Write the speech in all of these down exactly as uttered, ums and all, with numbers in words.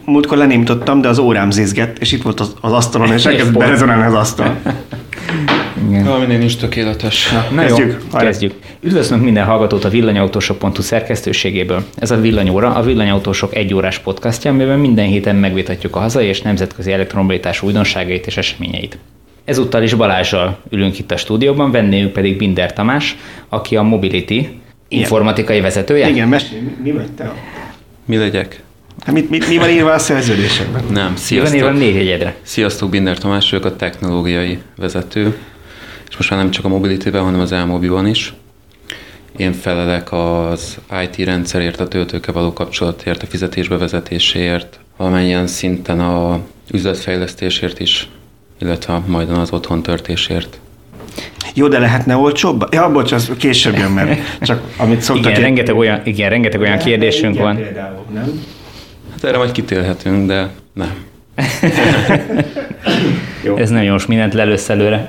Múltkor lenémítottam, de az órám zizgett, és itt volt az, az asztalon, és elkezdett berezonálni az asztal. Igen. Na, minden is tökéletes. Na, Na kezdjük. Jó, kezdjük. Üdvözlünk minden hallgatót a villanyautósok pont hu szerkesztőségéből. Ez a Villanyóra, a Villanyautósok egyórás podcastja, amiben minden héten megvitatjuk a hazai és nemzetközi elektromobilitás újdonságait és eseményeit. Ezúttal is Balázssal ülünk itt a stúdióban, vendégünk pedig Binder Tamás, aki a Mobility informatikai vezetője. Igen, mesélj, mi, mi vagy te? Mi legyek? Hát mit, mit, mi van írva a szerződésekben? Nem, sziasztok. Mi van írva névjegyedre? Sziasztok, Binder Tamás vagyok, a technológiai vezető, és most már nem csak a Mobility-ben, hanem az Elmobiban is. Én felelek az i té rendszerért, a töltőkkel való kapcsolatért, a fizetésbevezetéséért, valamennyien szinten a üzletfejlesztésért is, illetve majdan az otthon törtésért. Jó, de lehetne olcsóbb? Ja, bocs, az később jön, mert csak amit szoktak... Igen, rengeteg olyan, igen, rengeteg olyan kérdésünk van. Például, nem? Hát erre majd kitérhetünk, de nem. Jó. Ez nem jó, most mindent lelősz előre.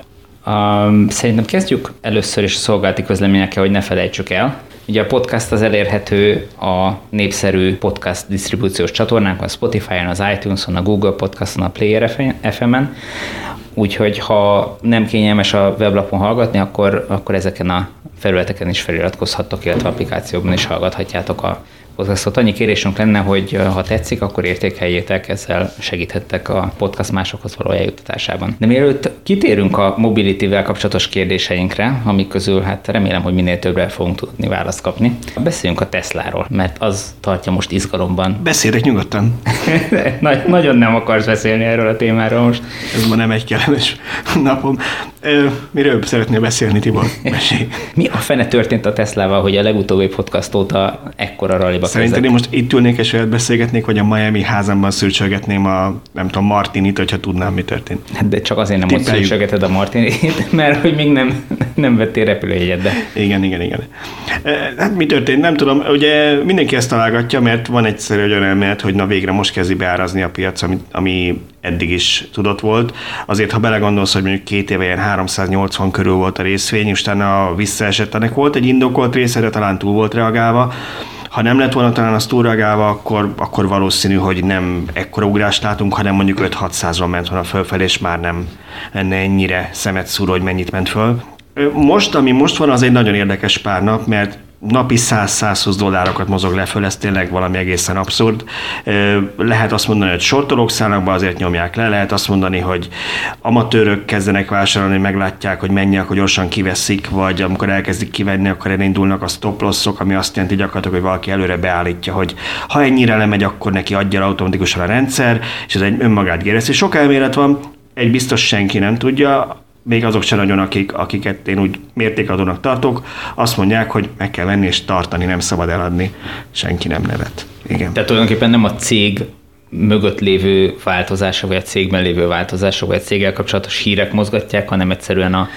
Um, szerintem kezdjük először is a szolgálati közleményekkel, hogy ne felejtsük el. Ugye a podcast az elérhető a népszerű podcast disztribúciós csatornákon, a Spotify-on, az iTunes-on, a Google Podcast-on, a Player ef em-en. Úgyhogy ha nem kényelmes a weblapon hallgatni, akkor, akkor ezeken a felületeken is feliratkozhattok, illetve applikációban is hallgathatjátok a podcastot. Annyi kérésünk lenne, hogy ha tetszik, akkor értékeljétek, ezzel segíthettek a podcast másokhoz való eljuttatásában. De mielőtt kitérünk a Mobility-vel kapcsolatos kérdéseinkre, amik közül hát remélem, hogy minél többre fogunk tudni választ kapni, beszéljünk a Tesláról, mert az tartja most izgalomban. Beszélek nyugodtan. Nagy, nagyon nem akarsz beszélni erről a témáról most. Ez ma nem egy kellemes napom. Miről szeretnél beszélni, Tibor? Mesélj. Mi a fene történt a Teslával, hogy a legutóbbi podcast óta ekkora raliba Szerinted én most itt ülnék és olyat beszélgetnék, vagy a Miami házamban szürcsölgetném a, nem tudom, Martinit, hogyha tudnám, mi történt. Hát de csak azért nem ott szürcsölgeted a Martinit, mert hogy még nem, nem vettél repülőjegyet, de... Igen, igen, igen. Hát mi történt? Nem tudom. Ugye mindenki ezt találgatja, mert van egyszerű olyan elmélet, hogy na végre most kezdi beárazni a piac, ami, ami eddig is tudott volt. Azért, ha belegondolsz, hogy mondjuk két éve ilyen háromszáznyolcvan körül volt a részvény, és utána visszaesett, ennek volt egy indokolt része, de talán túl volt reagálva. Ha nem lett volna talán az túlreagálva, akkor, akkor valószínű, hogy nem ekkora ugrást látunk, hanem mondjuk öt-hatszázról ment volna fölfelé, és már nem lenne ennyire szemet szúró, hogy mennyit ment föl. Most, ami most van, az egy nagyon érdekes pár nap, mert napi száz-százhúsz dollárokat mozog leföl, ez tényleg valami egészen abszurd. Lehet azt mondani, hogy sortolók szállnak be, azért nyomják le, lehet azt mondani, hogy amatőrök kezdenek vásárolni, meglátják, hogy mennyi, akkor gyorsan kiveszik, vagy amikor elkezdik kivenni, akkor elindulnak a stop lossok, ami azt jelenti gyakorlatilag, hogy valaki előre beállítja, hogy ha ennyire lemegy, akkor neki adja automatikusan a rendszer, és ez egy önmagát gerjeszti. Sok elmélet van, egy biztos senki nem tudja, még azok sem nagyon, akik, akiket én úgy mértékadónak tartok, azt mondják, hogy meg kell venni és tartani, nem szabad eladni. Senki nem nevet. Igen. Tehát tulajdonképpen nem a cég mögött lévő változások, vagy a cégben lévő változások, vagy a céggel kapcsolatos hírek mozgatják, hanem egyszerűen a...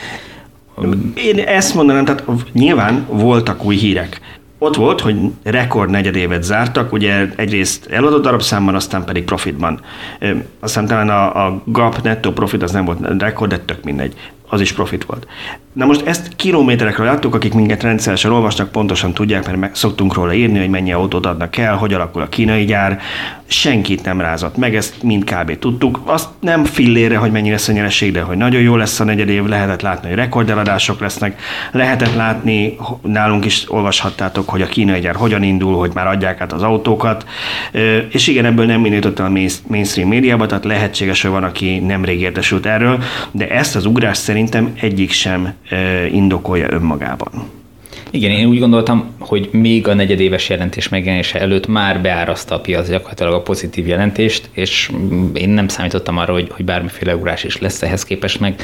Én ezt mondanám, tehát nyilván voltak új hírek. Ott volt, hogy rekord negyedévet zártak, ugye egyrészt eladott darabszámban, aztán pedig profitban. Aztán talán a, a gap nettó profit az nem volt rekord, de tök mindegy. Az is profit volt. Na most ezt kilométerekről láttuk, akik minket rendszeresen olvasnak, pontosan tudják, mert meg szoktunk róla írni, hogy mennyi autót adnak el, hogy alakul a kínai gyár. Senkit nem rázott meg, ezt mind kb. Tudtuk. Azt nem fillére, hogy mennyi lesz a nyereség, de hogy nagyon jó lesz a negyedév, lehetett látni, hogy rekordeladások lesznek, lehetett látni, nálunk is olvashattátok, hogy a kínai gyár hogyan indul, hogy már adják át az autókat. És igen, ebből nem indította a mainstream médiába, tehát lehetséges, hogy van, aki nemrég értesült erről, de ezt az ugrást szerintem egyik sem indokolja önmagában. Igen, én úgy gondoltam, hogy még a negyedéves jelentés megjelenése előtt már beárazta a piac gyakorlatilag a pozitív jelentést, és én nem számítottam arra, hogy, hogy bármiféle ugrás is lesz ehhez képest, meg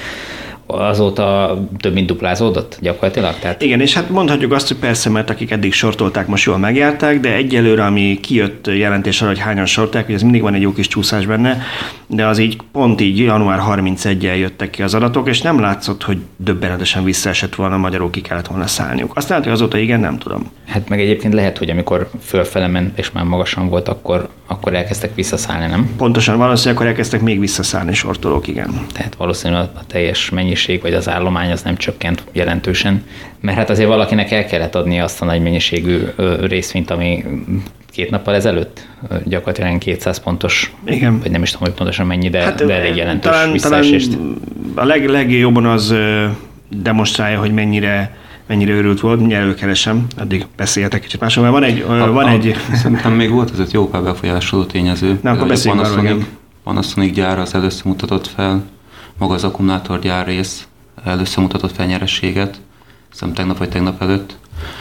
azóta több mint duplázódott gyakorlatilag? Tehát... Igen, és hát mondhatjuk azt, hogy persze, mert akik eddig sortolták, most jól megjárták, de egyelőre, ami kijött jelentés arra, hogy hányan sortolták, hogy ez mindig van egy jó kis csúszás benne, de az így pont így január harmincegyedikével jöttek ki az adatok, és nem látszott, hogy döbbenetesen visszaesett volna, magyarul ki kellett volna szállniuk. Aztán, hogy azóta igen, nem tudom. Hát meg egyébként lehet, hogy amikor fölfele ment, és már magasan volt, akkor, akkor elkezdtek visszaszállni, nem? Pontosan, valószínűleg akkor elkezdtek még visszaszállni sortolók, igen. Tehát valószínűleg a teljes mennyiség, vagy az állomány az nem csökkent jelentősen, mert hát azért valakinek el kellett adni azt a nagy mennyiségű részvényt, ami két nappal ezelőtt gyakorlatilag kétszáz pontos, igen. vagy nem is tudom, hogy pontosan mennyi, de, hát, de elég jelentős talán, visszaesést. Talán a leg, legjobban az demonstrálja, hogy mennyire mennyire őrült volt, mindjárt előkeresem, addig beszéltek kicsit másról, mert van egy... A, van a, egy... Szerintem még volt ez egy jó pár befolyásoló tényező. Na, akkor beszéljünk arról, igen. Panasonic gyár az először mutatott fel, maga az akkumulátorgyár rész először mutatott fel nyerességet, hiszem tegnap vagy tegnap előtt.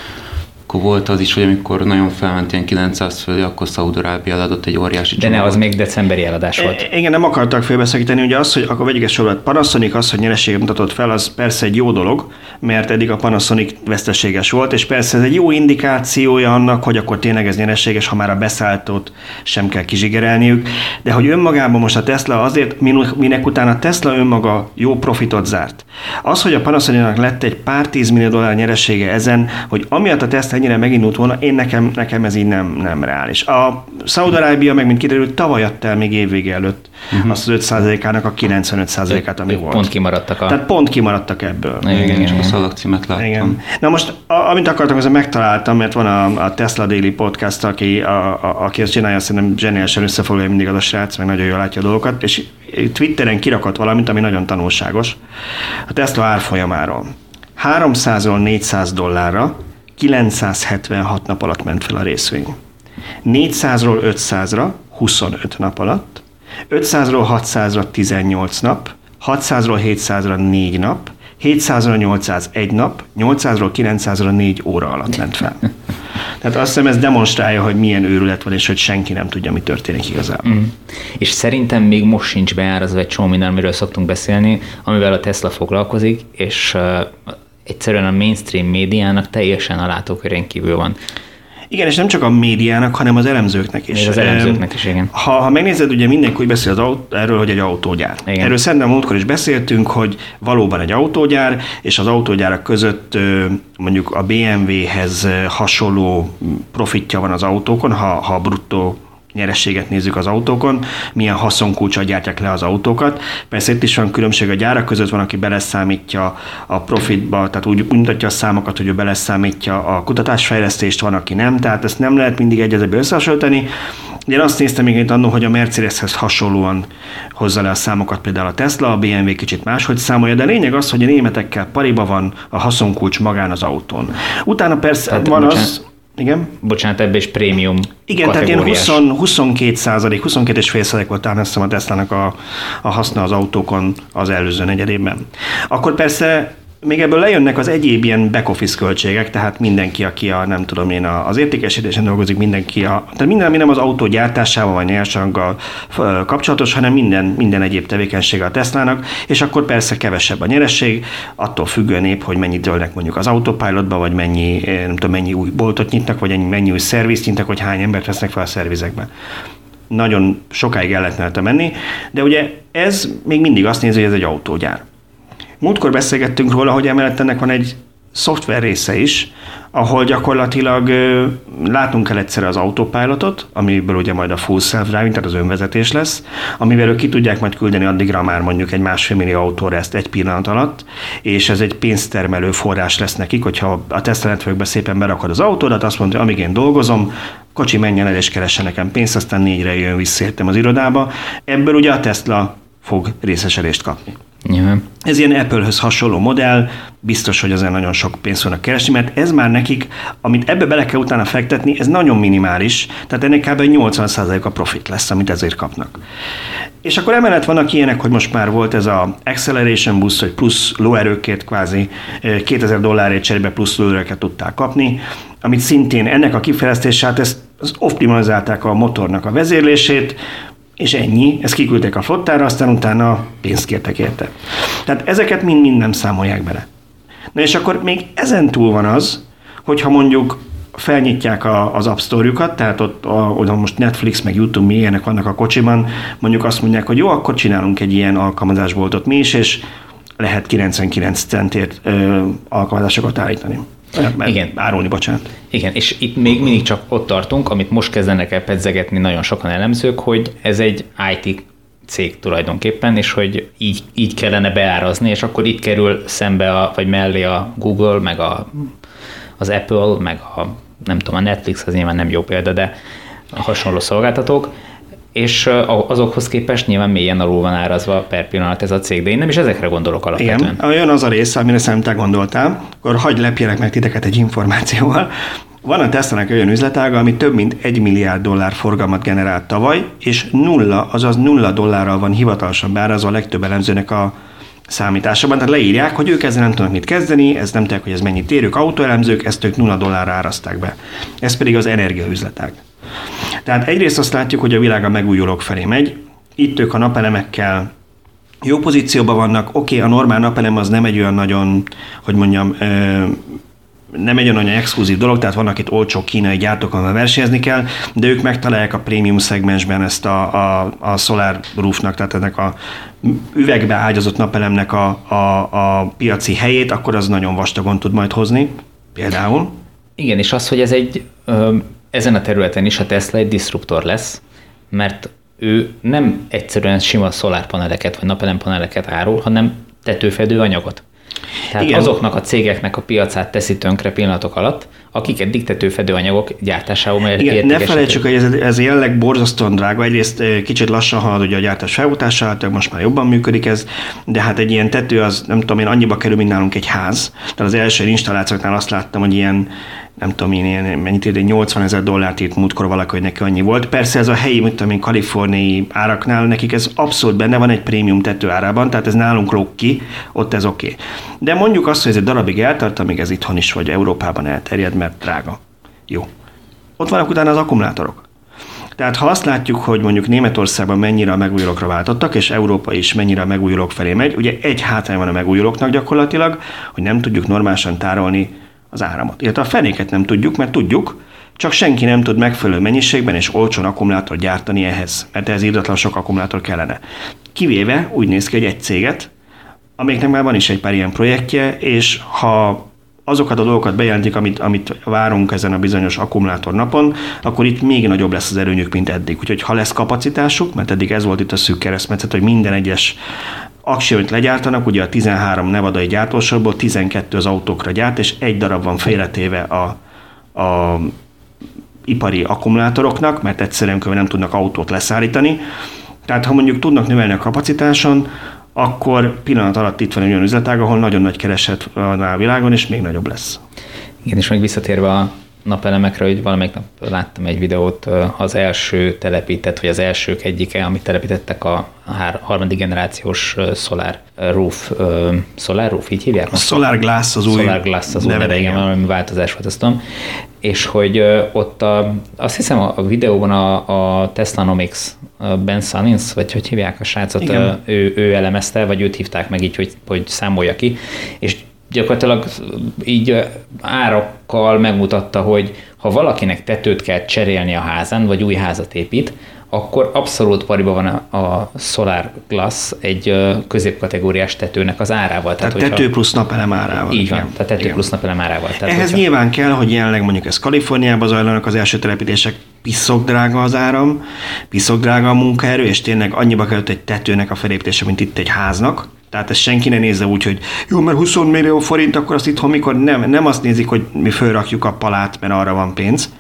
Akkor volt az is, hogy amikor nagyon felment ilyen kilencszáz fölé, akkor Szaúd-Arábia adott egy óriási csomagot. De ne, az még decemberi eladás volt. E, igen, nem akartak félbeszakítani, ugye az, hogy akkor vegyük ezt sorban. Panasonic az, hogy nyereséget mutatott fel, az persze egy jó dolog, mert eddig a Panasonic veszteséges volt, és persze ez egy jó indikációja annak, hogy akkor tényleg ez nyereséges, ha már a beszálltót sem kell kizsigerelniük. De hogy önmagában most a Tesla azért, minek után a Tesla önmaga jó profitot zárt. Az, hogy a Panasonicnak lett egy pár tízmillió dollár nyeresége ezen, hogy amiatt a Tesla ennyire megindult volna, én nekem, nekem ez így nem, nem reális. A Szaúd-Arábia meg, mint kiderült, tavaly adta el még évvége előtt uh-huh. azt az öt százalékának a kilencvenöt százalékát, ami volt. Pont kimaradtak a... Tehát pont kimaradtak ebből. Igen, igen, igen. A szalagcímet láttam. Igen. Na most, a, amit akartam, ezzel megtaláltam, mert van a, a Tesla Daily Podcast, aki, a, a, aki ezt csinálja, szerintem zseniálisan összefoglalja mindig az a srác, meg nagyon jól látja a dolgokat, és Twitteren kirakott valamit, ami nagyon tanulságos. A Tesla árfolyamáról. háromszázról négyszáz dollárra kilencszázhetvenhat nap alatt ment fel a részvény. négyszázról ötszázra huszonöt nap alatt, ötszázról hatszázra tizennyolc nap, hatszázról hétszázra négy nap, hétszázról nyolcszáz egy nap, nyolcszázról kilencszázra négy óra alatt ment fel. Tehát azt hiszem ez demonstrálja, hogy milyen őrület van, és hogy senki nem tudja, mi történik igazából. Mm. És szerintem még most sincs beárazva egy csomó minden, amiről szoktunk beszélni, amivel a Tesla foglalkozik, és uh, egyszerűen a mainstream médiának teljesen a látókörén kívül van. Igen, és nem csak a médiának, hanem az elemzőknek is. Még az elemzőknek is, igen. Ha, ha megnézed, ugye mindenki úgy beszél az autó, erről, hogy egy autógyár. Igen. Erről szerintem múltkor is beszéltünk, hogy valóban egy autógyár, és az autógyárak között mondjuk a bé em vé-hez hasonló profitja van az autókon, ha, ha bruttó nyerességet nézzük az autókon, milyen haszonkulccsal gyártják le az autókat. Persze itt is van különbség a gyárak között, van, aki beleszámítja a profitba, tehát úgy mutatja a számokat, hogy ő beleszámítja a kutatásfejlesztést, van, aki nem, tehát ezt nem lehet mindig egyezőből összehasonlítani. Én azt néztem még itt annól, hogy a Mercedeshez hasonlóan hozza le a számokat például a Tesla, a bé em vé kicsit máshogy számolja, de lényeg az, hogy a németekkel pariba van a haszonkulcs magán az autón. Utána persze tehát van bocsánat. az... Igen? Bocsánat, ebbe is prémium igen, tehát ilyen húsz, huszonkettő százalék, huszonkettő egész öt százalék volt talán azt hiszem a Teslának a, a haszna az autókon az előző negyedében. Akkor persze még ebből lejönnek az egyéb ilyen back-office költségek, tehát mindenki, aki a, nem tudom én, az értékesítésen dolgozik, mindenki a, tehát minden, ami nem az autó gyártásával vagy nyersanyaggal kapcsolatos, hanem minden, minden egyéb tevékenysége a Teslának, és akkor persze kevesebb a nyeresség, attól függően épp, hogy mennyit dőlnek mondjuk az autopilotba, vagy mennyi, nem tudom, mennyi új boltot nyitnak, vagy mennyi új szervizt nyitnak, vagy hány embert vesznek fel a szervizekbe. Nagyon sokáig el lehetne menni, de ugye ez még mindig azt nézi, hogy ez egy autógyár. Múltkor beszélgettünk róla, hogy emellett ennek van egy szoftver része is, ahol gyakorlatilag ö, látunk el egyszerre az autopilotot, amiből ugye majd a full self-driving, tehát az önvezetés lesz, amivel ők ki tudják majd küldeni addigra már mondjuk egy másfél millió autóra ezt egy pillanat alatt, és ez egy pénztermelő forrás lesz nekik, hogyha a Tesla Networkbe szépen berakod az autódat, azt mondja, amíg én dolgozom, kocsi menjen el és keressen nekem pénzt, aztán négyre jön visszaértem az irodába. Ebből ugye a Tesla fog részesedést kapni. Ja. Ez ilyen Apple-höz hasonló modell, biztos, hogy ezen nagyon sok pénzt fognak keresni, mert ez már nekik, amit ebbe bele kell utána fektetni, ez nagyon minimális, tehát ennek kb. nyolcvan százalék a profit lesz, amit ezért kapnak. És akkor emellett vannak ilyenek, hogy most már volt ez a Acceleration Boost, hogy plusz lóerőkért kvázi kétezer dollárért cserébe plusz lóerőket tudták kapni, amit szintén ennek a kifejlesztését, ezt optimalizálták a motornak a vezérlését, és ennyi, ezt kiküldték a flottára, aztán utána pénzt kértek érte. Tehát ezeket mind-mind nem számolják bele. Na és akkor még ezen túl van az, hogyha mondjuk felnyitják a, az App Store-jukat, tehát ott a, oda most Netflix, meg YouTube, mi ilyenek vannak a kocsiban, mondjuk azt mondják, hogy jó, akkor csinálunk egy ilyen alkalmazásboltot mi is, és lehet kilencvenkilenc centért ö, alkalmazásokat állítani. Igen. Árulni, bocsánat. Igen, és itt még mindig csak ott tartunk, amit most kezdenek el pedzegetni nagyon sokan elemzők, hogy ez egy i té cég tulajdonképpen, és hogy így, így kellene beárazni, és akkor itt kerül szembe, a, vagy mellé a Google, meg a, az Apple, meg a, nem tudom, a Netflix, az nyilván nem jó példa, de hasonló szolgáltatók, és azokhoz képest nyilván mélyen alul van árazva per pillanat ez a cég, de én nem is ezekre gondolok alapvetően. Igen, olyan az a része, amire szerintem te gondoltál, akkor hagyj lepjenek meg titeket egy információval. Van a Tesla-nak olyan üzletága, ami több mint egy milliárd dollár forgalmat generált tavaly, és nulla, azaz nulla dollárral van hivatalosan beárazva a legtöbb elemzőnek a számításában. Tehát leírják, hogy ők ezzel nem tudnak mit kezdeni, ez nem tudják, hogy ez mennyit ér, ők autóelemzők, ezt ők nulla dollárra árazták be. Ez pedig az energiaüzletág. Tehát egyrészt azt látjuk, hogy a világ a megújulók felé megy, itt ők a napelemekkel jó pozícióban vannak, oké, okay, a normál napelem az nem egy olyan nagyon, hogy mondjam, nem egy olyan exkluzív dolog, tehát vannak itt olcsó kínai gyártók, amivel versenyezni kell, de ők megtalálják a prémium szegmensben ezt a, a, a solar roofnak, tehát ennek a üvegbe ágyazott napelemnek a, a, a piaci helyét, akkor az nagyon vastagon tud majd hozni, például. Igen, és az, hogy ez egy, ezen a területen is a Tesla egy disruptor lesz, mert ő nem egyszerűen sima szolárpaneleket vagy napelempaneleket árul, hanem tetőfedő anyagot. Tehát igen, azoknak a cégeknek a piacát teszi tönkre pillanatok alatt, akik eddig tetőfedő anyagok gyártásával értékesítik. Ne felejtsük, hogy ez, ez jelenleg borzasztóan drága. Egyrészt kicsit lassan halad ugye a gyártás felutásával, most már jobban működik ez, de hát egy ilyen tető az, nem tudom én, annyiba kerül, mint nálunk egy ház. Tehát az első installációknál azt láttam, hogy ilyen, nem tudom én, ilyen, mennyit írt, nyolcvanezer dollárt írt múltkor valaki, hogy neki annyi volt. Persze ez a helyi, mint tudom én, kaliforniai áraknál, nekik ez abszolút benne van egy prémium tető árában, tehát ez nálunk lóg ki, ott ez oké. Okay. De mondjuk azt, hogy ez egy darabig eltart, amíg ez itthon is vagy Európában elterjed, mert drága. Jó. Ott vannak utána az akkumulátorok. Tehát ha azt látjuk, hogy mondjuk Németországban mennyire a megújulókra váltottak, és Európa is mennyire a megújulók felé megy, ugye egy hátrány van a megújulóknak gyakorlatilag, hogy nem tudjuk normálisan tárolni az áramot. Illetve a fenéket nem tudjuk, mert tudjuk, csak senki nem tud megfelelő mennyiségben és olcsón akkumulátort gyártani ehhez, mert ehhez írdatlan sok akkumulátor kellene. Kivéve úgy néz ki, hogy egy céget, amiknek már van is egy pár ilyen projektje, és ha azokat a dolgokat bejelentik, amit, amit várunk ezen a bizonyos akkumulátor napon, akkor itt még nagyobb lesz az erőnyük, mint eddig. Úgyhogy ha lesz kapacitásuk, mert eddig ez volt itt a szűk keresztmetszet, hogy minden egyes aksi, amit legyártanak, ugye a tizenhárom nevadai gyártósorból tizenkettő az autókra gyárt, és egy darab van félretéve a, a ipari akkumulátoroknak, mert egyszerűen nem tudnak autót leszállítani. Tehát ha mondjuk tudnak növelni a kapacitáson, akkor pillanat alatt itt van egy olyan üzletág, ahol nagyon nagy kereset van a világon, és még nagyobb lesz. Igen, és még visszatérve a napelemekre, hogy valamelyik nap láttam egy videót, az első telepített, vagy az elsők egyike, amit telepítettek a harmadik generációs Solar Roof, Solar Roof, így hívják? A Solar Glass az új Solar Glass az új neve, igen, valami változás volt, azt tudom. És hogy ott a, azt hiszem a videóban a, a Teslanomics, Ben Salins, vagy hogy hívják a srácot, ő, ő elemezte, vagy őt hívták meg így, hogy, hogy számolja ki, és gyakorlatilag így árakkal megmutatta, hogy ha valakinek tetőt kell cserélni a házán, vagy új házat épít, akkor abszolút pariba van a, a Solar Glass egy középkategóriás tetőnek az árával. Tehát, tehát tető plusz napelem árával. Így van, igen. Tehát tető igen. plusz napelem árával. Tehát ehhez hogyha... nyilván kell, hogy jelenleg mondjuk ez Kaliforniában zajlanak az első telepítések, piszok drága az áram, piszok drága a munkaerő, és tényleg annyiba került egy tetőnek a felépítése, mint itt egy háznak. Tehát ezt senki ne nézze úgy, hogy jó, mert húsz millió forint, akkor azt itthon mikor nem, nem azt nézik, hogy mi fölrakjuk a palát, mert arra van pénz.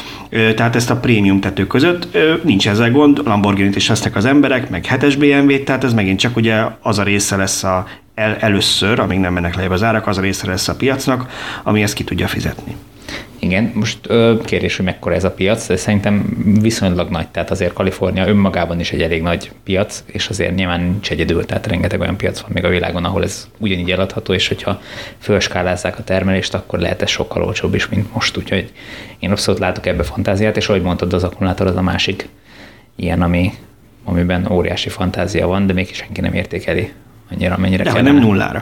Tehát ezt a prémium tető között nincs ezzel gond, Lamborghinit is vesznek az emberek, meg hetes bé em vét, tehát ez megint csak ugye az a része lesz a, el, először, amíg nem mennek lejjebb az árak, az a része lesz a piacnak, ami ezt ki tudja fizetni. Igen, most ö, kérdés, hogy mekkora ez a piac, de szerintem viszonylag nagy, tehát azért Kalifornia önmagában is egy elég nagy piac, és azért nyilván nincs egyedül, tehát rengeteg olyan piac van még a világon, ahol ez ugyanígy eladható, és hogyha felskálázzák a termelést, akkor lehet ez sokkal olcsóbb is, mint most, úgyhogy én abszolút látok ebbe fantáziát, és ahogy mondtad, az akkumulátor az a másik ilyen, ami, amiben óriási fantázia van, de még senki nem értékeli annyira, amennyire de kellene. Nem nullára.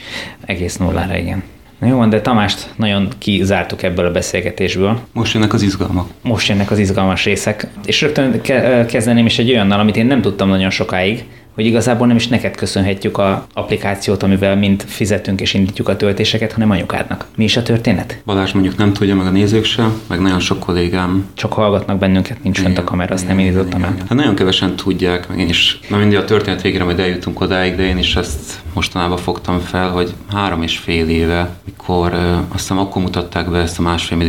Egész nullára, igen. Na jó, de Tamást nagyon kizártuk ebből a beszélgetésből. Most jönnek az izgalmak. Most jönnek az izgalmas részek. És rögtön kezdeném is egy olyannal, amit én nem tudtam nagyon sokáig, hogy igazából nem is neked köszönhetjük az applikációt, amivel mind fizetünk és indítjuk a töltéseket, hanem anyukádnak. Mi is a történet? Balázs mondjuk nem tudja, meg a nézők sem, meg nagyon sok kollégám. Csak hallgatnak bennünket, nincs fent a kamera, azt nem indítottam el. Hát nagyon kevesen tudják, meg én is, na mindig a történet végére majd eljutunk odáig, de én is ezt mostanában fogtam fel, hogy három és fél éve, mikor azt hiszem akkor mutatták be ezt a másfél milliós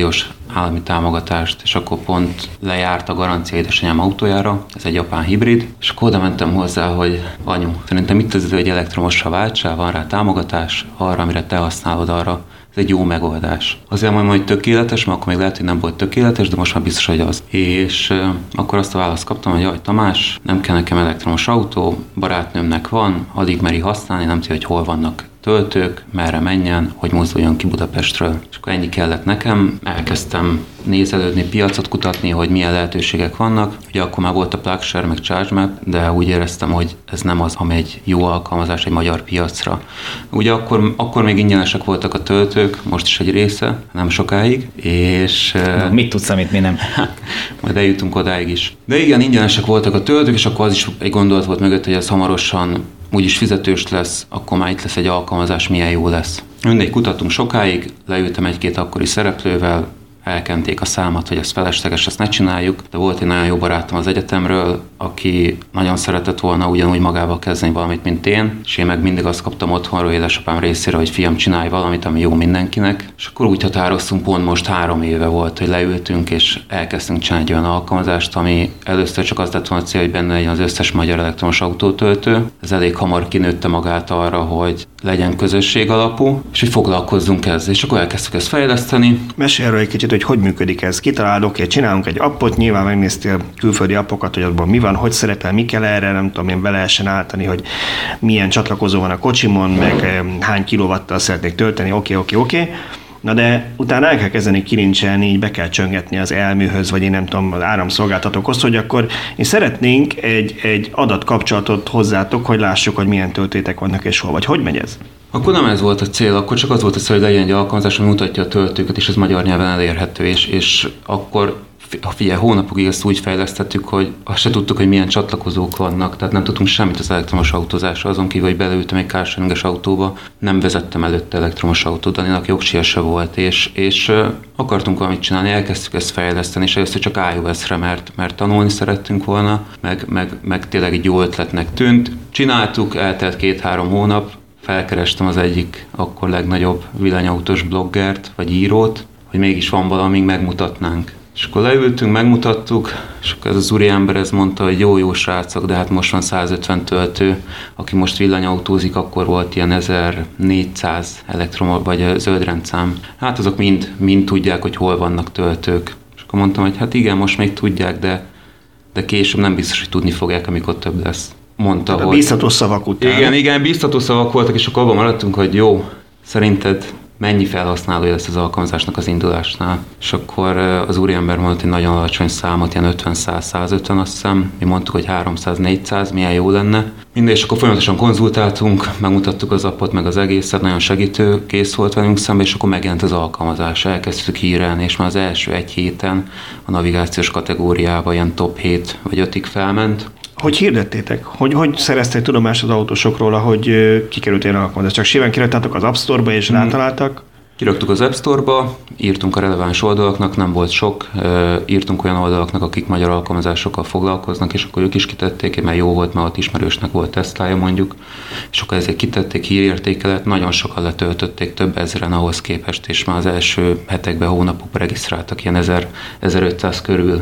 állami támogatást, és akkor pont lejárt a garancia édesanyám autójára, ez egy japán hibrid, és akkor oda mentem hozzá, hogy anyu, szerintem itt az, hogy elektromosra váltsál, van rá támogatás, arra, amire te használod, arra. Ez egy jó megoldás. Azért mondom, hogy tökéletes, mert akkor még lehet, hogy nem volt tökéletes, de most már biztos, hogy az. És euh, akkor azt a választ kaptam, hogy jaj, Tamás, nem kell nekem elektromos autó, barátnőmnek van, alig meri használni, nem tudja, hogy hol vannak töltők, merre menjen, hogy mozduljon ki Budapestről. És akkor ennyi kellett nekem, elkezdtem nézelődni, piacot kutatni, hogy milyen lehetőségek vannak. Ugye akkor már volt a PlugShare, meg ChargeMap, de úgy éreztem, hogy ez nem az, ami egy jó alkalmazás egy magyar piacra. Ugye akkor, akkor még ingyenesek voltak a töltők, most is egy része, nem sokáig, és... Na, mit tudsz, amit mi nem? Majd eljutunk odáig is. De igen, ingyenesek voltak a töltők, és akkor az is egy gondolat volt mögött, hogy ez hamarosan úgyis fizetős lesz, akkor már itt lesz egy alkalmazás, milyen jó lesz. Mindegy, kutattunk sokáig, leültem egy-két akkori szereplővel, elkenték a számat, hogy ez felesleges, ezt ne csináljuk, de volt egy nagyon jó barátom az egyetemről, aki nagyon szeretett volna ugyanúgy magával kezdeni valamit, mint én, és én meg mindig azt kaptam otthonról édesapám részére, hogy fiam, csinálj valamit, ami jó mindenkinek, és akkor úgy határoztunk, pont most három éve volt, hogy leültünk, és elkezdtünk csinálni egy olyan alkalmazást, ami először csak az lett volna cél, hogy benne legyen az összes magyar elektromos autótöltő. Ez elég hamar kinőtte magát arra, hogy legyen közösség alapú, és hogy foglalkozzunk ezzel, és akkor elkezdtük ezt fejleszteni. Mesélj erről egy kicsit, hogy hogy működik ez. Kitalálod, oké, csinálunk egy appot, nyilván megnéztél külföldi appokat, hogy abban mi van, hogy szerepel, mi kell erre, nem tudom én, be lehessen állítani, hogy milyen csatlakozó van a kocsimon, meg hány kilovattal szeretnék tölteni, oké, oké, oké. Na de utána el kell kezdeni kilincselni, így be kell csöngetni az elműhöz, vagy én nem tudom, az áramszolgáltatókhoz, hogy akkor én szeretnénk egy, egy adatkapcsolatot hozzátok, hogy lássuk, hogy milyen töltétek vannak és hol, vagy hogy megy ez? Akkor nem ez volt a cél, akkor csak az volt a cél, hogy legyen egy alkalmazás, ami mutatja a töltőket, és ez magyar nyelven elérhető, és, és akkor figyelj, hónapokig ezt úgy fejlesztettük, hogy azt se tudtuk, hogy milyen csatlakozók vannak, tehát nem tudtunk semmit az elektromos autózásra, azon kívül, hogy beleültem egy carsharinges autóba, nem vezettem előtte elektromos autót, Daninak jogsia se volt, és, és uh, akartunk valamit csinálni, elkezdtük ezt fejleszteni, és először csak iOS-re, mert, mert tanulni szerettünk volna, meg, meg, meg tényleg egy jó ötletnek tűnt. Csináltuk, eltelt két-három hónap, felkerestem az egyik akkor legnagyobb villanyautós bloggert, vagy írót, hogy mégis van valami, megmutatnánk. És akkor leültünk, megmutattuk, és akkor ez az úriember ez mondta, hogy jó-jó srácok, de hát most van százötven töltő, aki most villanyautózik, akkor volt ilyen ezernégyszáz elektrom vagy zöldrendszám. Hát azok mind, mind tudják, hogy hol vannak töltők. És akkor mondtam, hogy hát igen, most még tudják, de, de később nem biztos, hogy tudni fogják, amikor több lesz. Mondta, tehát hogy... Bíztató szavak után. Igen, igen, bíztató szavak voltak, és akkor abban maradtunk, hogy jó, szerinted mennyi felhasználója lesz az alkalmazásnak az indulásnál. És akkor az úriember mondott egy nagyon alacsony számot, ilyen ötven-száz-százötven, azt hiszem. Mi mondtuk, hogy háromszáz-négyszáz, milyen jó lenne. Mindegy, és akkor folyamatosan konzultáltunk, megmutattuk az appot, meg az egészet, nagyon segítő kész volt velünk szembe, és akkor megjelent az alkalmazás. Elkezdtük hírelni, és már az első egy héten a navigációs kategóriában ilyen top hét vagy ötig felment. Hogy hirdettétek? Hogy, hogy szerezték tudomást az autósokról, hogy kikerült ilyen alkalmazás? Csak síven kiraktátok az App Store-ba és hmm. rátaláltak? Kiraktuk az App Store-ba, írtunk a releváns oldalaknak, nem volt sok, írtunk olyan oldalaknak, akik magyar alkalmazásokkal foglalkoznak, és akkor ők is kitették, mert jó volt, mert ott ismerősnek volt tesztlája mondjuk, és akkor ezért kitették hírértékelet, nagyon sokan letöltötték, több ezeren ahhoz képest, és már az első hetekben, hónapokban regisztráltak ilyen ezer-ezerötszáz körül,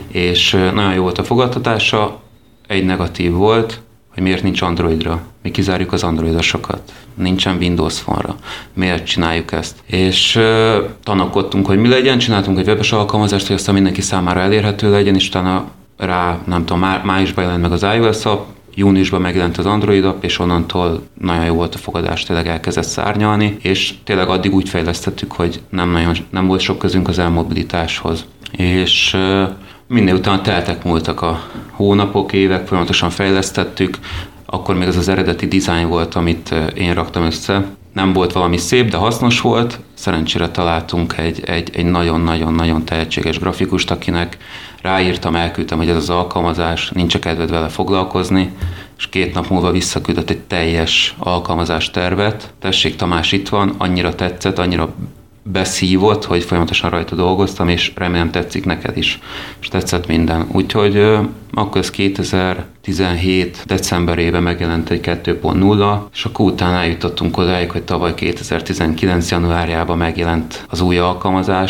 és nagyon jó volt a fogadtatása. Egy negatív volt, hogy miért nincs Androidra. Mi kizárjuk az androidosokat. Nincsen Windows Phone-ra. Miért csináljuk ezt? És uh, tanakodtunk, hogy mi legyen, csináltunk egy webes alkalmazást, hogy aztán mindenki számára elérhető legyen, és utána rá, nem tudom, má, májusban jelent meg az iOS app, júniusban megjelent az Android app, és onnantól nagyon jó volt a fogadás, tényleg elkezdett szárnyalni, és tényleg addig úgy fejlesztettük, hogy nem, nagyon, nem volt sok közünk az elmobilitáshoz. És uh, Minden után teltek múltak a hónapok, évek, folyamatosan fejlesztettük, akkor még az az eredeti dizájn volt, amit én raktam össze. Nem volt valami szép, de hasznos volt. Szerencsére találtunk egy, egy, egy nagyon-nagyon-nagyon tehetséges grafikust, akinek ráírtam, elküldtem, hogy ez az alkalmazás, nincs a kedved vele foglalkozni, és két nap múlva visszaküldött egy teljes alkalmazás tervet. Tessék, Tamás, itt van, annyira tetszett, annyira beszívott, hogy folyamatosan rajta dolgoztam, és remélem tetszik neked is, és tetszett minden. Úgyhogy euh, akkor ez kétezer-tizenhét decemberében megjelent egy kettő pont nulla, és akkor utána eljutottunk odáig, hogy tavaly kétezer-tizenkilenc januárjában megjelent az új alkalmazás,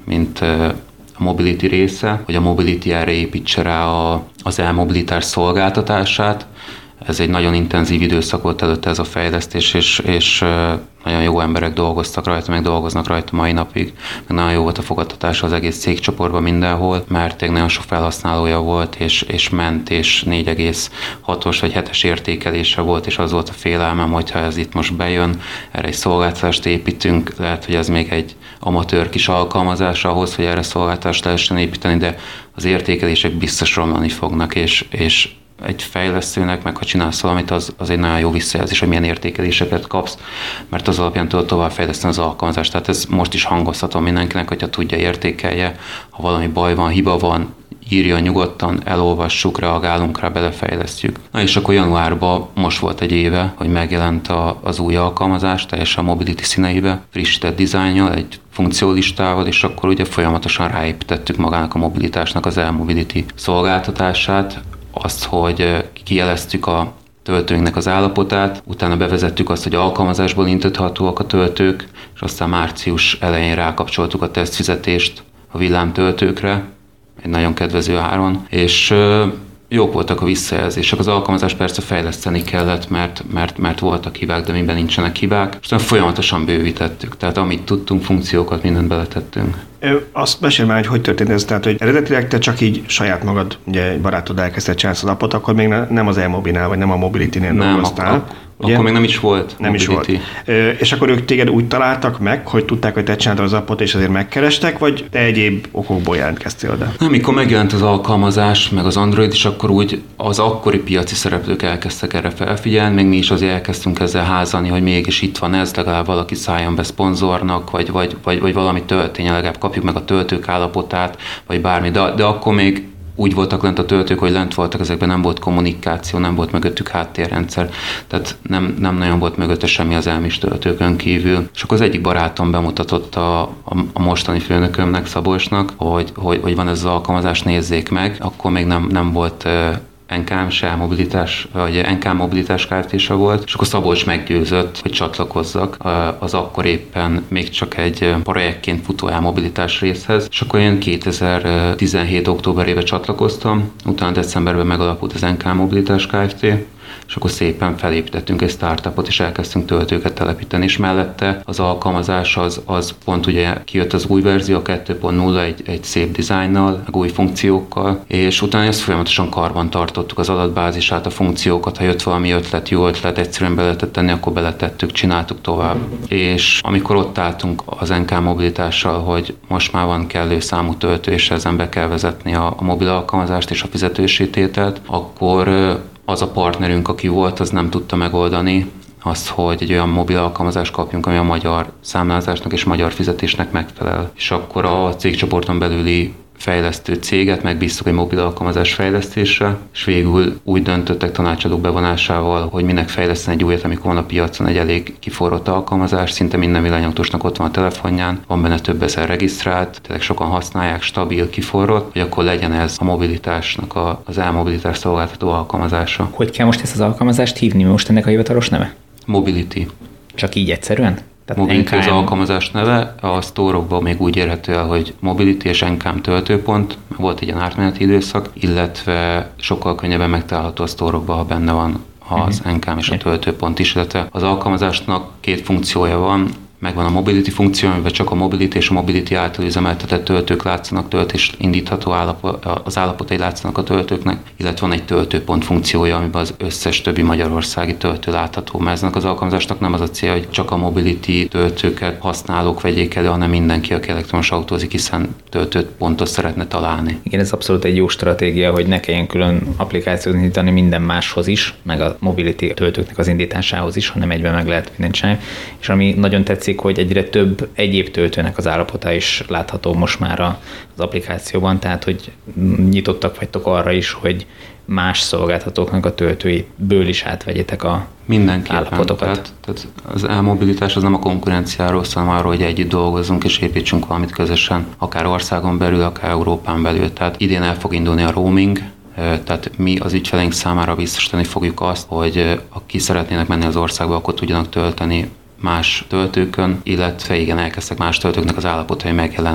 mint a Mobility része, hogy a Mobility erre építse rá a, az elmobilitás szolgáltatását. Ez egy nagyon intenzív időszak volt előtte ez a fejlesztés, és, és nagyon jó emberek dolgoztak rajta, meg dolgoznak rajta mai napig. Meg nagyon jó volt a fogadtatása az egész cégcsoportban mindenhol, mert tényleg nagyon sok felhasználója volt, és, és ment, és négy egész hatos vagy hetes értékelése volt, és az volt a félelmem, hogyha ez itt most bejön, erre egy szolgáltatást építünk, lehet, hogy ez még egy amatőr kis alkalmazás ahhoz, hogy erre szolgáltatást lehessen építeni, de az értékelések biztos romlani fognak, és, és egy fejlesztőnek, meg ha csinálsz valamit, az, az egy nagyon jó visszajelzés, hogy milyen értékeléseket kapsz, mert az alapján tudod továbbfejleszteni az alkalmazást. Tehát ez most is hangoztatom mindenkinek, hogyha tudja, értékelje, ha valami baj van, hiba van, írja nyugodtan, elolvassuk, reagálunk rá, belefejlesztjük. Na és akkor januárban most volt egy éve, hogy megjelent a, az új alkalmazás, teljesen a Mobility színeibe, frissített dizájnnyal, egy funkciólistával, és akkor ugye folyamatosan ráépítettük magának a mobilitásnak az e-mobility szolgáltatását, azt, hogy kijeleztük a töltőinknek az állapotát, utána bevezettük azt, hogy alkalmazásból indíthatóak a töltők, és aztán március elején rákapcsoltuk a tesztfizetést a villámtöltőkre, egy nagyon kedvező áron, és jók voltak a visszajelzések. Az alkalmazást persze fejleszteni kellett, mert, mert, mert voltak hibák, de miben nincsenek hibák, és folyamatosan bővítettük, tehát amit tudtunk, funkciókat, mindent beletettünk. Azt mesélj már, hogy hogy történt ez, tehát hogy eredetileg te csak így saját magad, ugye egy barátod elkezdett csinálni az appot, akkor még nem az e-mobilnál, vagy nem a Mobility-nél nem, dolgoztál. Ak- ugye? Akkor még nem is volt Nem Mobility. is volt. És akkor ők téged úgy találtak meg, hogy tudták, hogy te csináltad az appot, és azért megkerestek, vagy te egyéb okokból jelentkeztél oda? Nem, mikor megjelent az alkalmazás, meg az Android is, akkor úgy az akkori piaci szereplők elkezdtek erre felfigyelni, meg mi is azért elkezdtünk ezzel házalni, hogy mégis itt van ez, legalább valaki szálljon be szponzornak, vagy, vagy, vagy, vagy valami történjen, legalább kapjuk meg a töltők állapotát, vagy bármi, de, de akkor még úgy voltak lent a töltők, hogy lent voltak, ezekben nem volt kommunikáció, nem volt mögöttük háttérrendszer, tehát nem, nem nagyon volt mögötte semmi az elmis töltőkön kívül. És akkor az egyik barátom bemutatott a, a, a mostani főnökömnek, Szabolcsnak, hogy, hogy, hogy van ez az alkalmazás, nézzék meg. Akkor még nem, nem volt en ká em se mobilitás, vagy en ká em mobilitás kártyása volt, és akkor Szabolcs meggyőzött, hogy csatlakozzak az akkor éppen még csak egy projektként futó mobilitás részhez, és akkor én kétezer-tizenhét októberében csatlakoztam, utána decemberben megalapult az en ká em mobilitás Kft., és akkor szépen felépítettünk egy startupot, és elkezdtünk töltőket telepíteni, és mellette az alkalmazás az, az pont ugye kijött az új verzió, a kettő pont nulla egy, egy szép dizájnnal, meg új funkciókkal, és utána ezt folyamatosan karban tartottuk az adatbázisát, a funkciókat, ha jött valami ötlet, jó ötlet, egyszerűen be lehetett tenni, akkor beletettük, csináltuk tovább. És amikor ott álltunk az en ká mobilitással, hogy most már van kellő számú töltő, és ezen be kell vezetni a, a mobil alkalmazást és a fizetősi tételt, akkor az a partnerünk, aki volt, az nem tudta megoldani azt, hogy egy olyan mobil alkalmazást kapjunk, ami a magyar számlázásnak és magyar fizetésnek megfelel. És akkor a cégcsoporton belüli fejlesztő céget megbíztuk egy mobil alkalmazás fejlesztésre, és végül úgy döntöttek tanácsadók bevonásával, hogy minek fejleszteni egy újat, amikor van a piacon egy elég kiforrott alkalmazás, szinte minden villanyautósnak ott van a telefonján, van benne több ezer regisztrált, tényleg sokan használják, stabil, kiforrott, hogy akkor legyen ez a mobilitásnak, a, az elmobilitás szolgáltató alkalmazása. Hogy kell most ezt az alkalmazást hívni? Most ennek a hivatalos neve? Mobility. Csak így egyszerűen? Tehát Mobility en ká em... az alkalmazás neve, a sztórokban még úgy érhető el, hogy Mobility és en ká em töltőpont, volt egy ilyen átmeneti időszak, illetve sokkal könnyebben megtalálható a sztórokban, ha benne van az uh-huh. en ká em és a töltőpont is, illetve az alkalmazásnak két funkciója van, megvan a Mobility funkció, amiben csak a Mobility és a Mobility által üzemeltetett töltők látszanak, töltés indítható állapot, az állapotai látszanak a töltőknek, illetve van egy töltőpont funkciója, amiben az összes többi magyarországi töltő látható. Mert ennek az alkalmazásnak nem az a cél, hogy csak a Mobility töltőket használók vegyék elő, hanem mindenki, aki elektromos autózik, hiszen töltőpontot szeretne találni. Igen, ez abszolút egy jó stratégia, hogy ne kelljen külön applikációt indítani minden máshoz is, meg a Mobility töltőknek az indításához is, hanem egyben meg lehet mindent csinálni. És ami nagyon tetszik, hogy egyre több egyéb töltőnek az állapota is látható most már az applikációban, tehát hogy nyitottak vagytok arra is, hogy más szolgáltatóknak a töltőiből is átvegyétek a állapotokat. Tehát, tehát az elmobilitás az nem a konkurenciáról szól, hanem arról, hogy együtt dolgozzunk és építsünk valamit közösen, akár országon belül, akár Európán belül. Tehát idén el fog indulni a roaming, tehát mi az ügyfeleink számára biztosítani fogjuk azt, hogy aki szeretnének menni az országba, akkor tudjanak tölteni más töltőkön, illetve igen, elkezdtek más töltőknek az állapotai megjelenni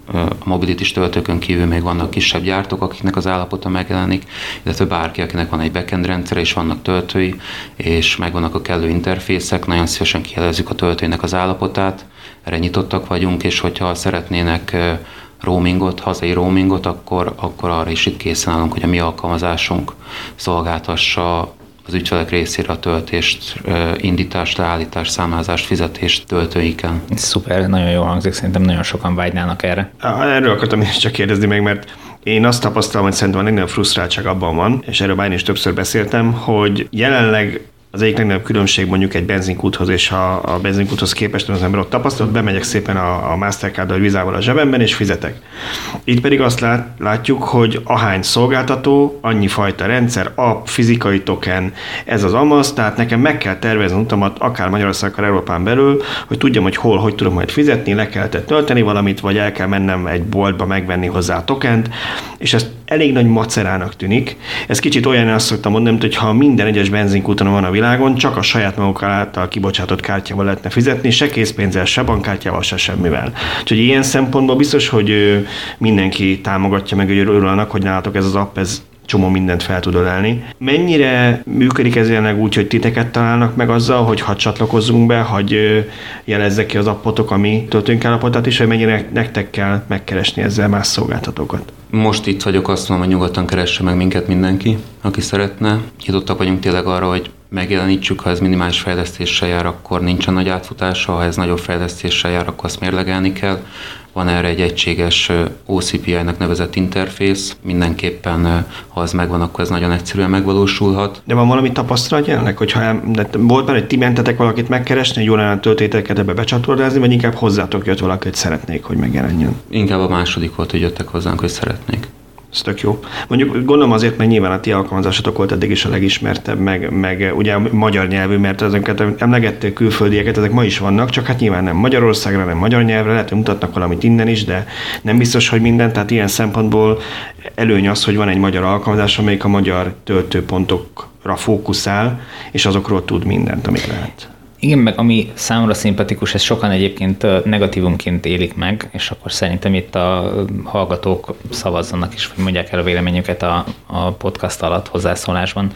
a mobilitis töltőkön kívül még vannak kisebb gyártók, akiknek az állapota megjelenik, illetve bárki, akinek van egy backend rendszere, és vannak töltői, és megvannak a kellő interfészek, nagyon szívesen kijelezzük a töltőinek az állapotát, erre nyitottak vagyunk, és hogyha szeretnének roamingot, hazai roamingot, akkor, akkor arra is itt készen állunk, hogy a mi alkalmazásunk szolgáltassa az ügyfelek részére a töltést, indítást, leállítást, számlázást, fizetést töltőiken. Szuper, nagyon jól hangzik, szerintem nagyon sokan vágynának erre. Erről akartam én csak kérdezni meg, mert én azt tapasztalom, hogy szerintem a legnagyobb frusztráltság abban van, és erről már én is többször beszéltem, hogy jelenleg az egyik legnagyobb különbség mondjuk egy benzinkúthoz és a, a benzinkúthoz képest az ember ott tapasztalt, bemegyek szépen a, a Mastercard-dal, vizával a zsebemben, és fizetek. Itt pedig azt lát, látjuk, hogy ahány szolgáltató, annyi fajta rendszer, app, fizikai token, ez az amaz, tehát nekem meg kell tervezni utamat, akár Magyarország, akár Európán belül, hogy tudjam, hogy hol, hogy tudom majd fizetni, le kell tölteni valamit, vagy el kell mennem egy boltba megvenni hozzá a tokent, és ez elég nagy macerának tűnik. Ez kicsit olyan, azt szoktam mondani, hogy ha minden egyes benzinkúton van a világon, csak a saját maguk által kibocsátott kártyával lehetne fizetni, se készpénzzel, se bankkártyával, se semmivel. Úgyhogy ilyen szempontból biztos, hogy mindenki támogatja meg, hogy örül annak, hogy nálatok ez az app, ez csomó mindent fel tud ölelni. Mennyire működik ez jelenleg úgy, hogy titeket találnak meg azzal, hogy hadd csatlakozzunk be, hogy jelezzek ki az appotok, ami töltőnk állapotát is, hogy mennyire nektek kell megkeresni ezzel más szolgáltatókat? Most itt vagyok, azt mondom, hogy nyugodtan keresse meg minket mindenki, aki szeretne. Nyitottak vagyunk tényleg arra, hogy megjelenítsük, ha ez minimális fejlesztéssel jár, akkor nincsen nagy átfutása, ha ez nagyobb fejlesztéssel jár, akkor azt mérlegelni kell. Van erre egy egységes o cé pé i-nek nevezett interfész, mindenképpen, ha az megvan, akkor ez nagyon egyszerűen megvalósulhat. De van valami tapasztalat jelenleg, hogyha volt már, hogy ti mentetek valakit megkeresni, egy órán töltéteket ebbe becsatornázni, vagy inkább hozzátok jött valaki, hogy szeretnék, hogy megjelenjen? Inkább a második volt, hogy jöttek hozzánk, hogy szeretnék. Ez tök jó. Mondjuk gondolom azért, mert nyilván a ti alkalmazásotok volt eddig is a legismertebb, meg, meg ugye magyar nyelvű, mert ezeket emlegették külföldieket, ezek ma is vannak, csak hát nyilván nem Magyarországra, nem magyar nyelvre, lehet, hogy mutatnak valamit innen is, de nem biztos, hogy minden, tehát ilyen szempontból előny az, hogy van egy magyar alkalmazás, amelyik a magyar töltőpontokra fókuszál, és azokról tud mindent, amit lehet. Igen, meg ami számomra szimpatikus, ez sokan egyébként negatívumként élik meg, és akkor szerintem itt a hallgatók szavazzanak is, vagy mondják el a véleményüket a, a podcast alatt hozzászólásban.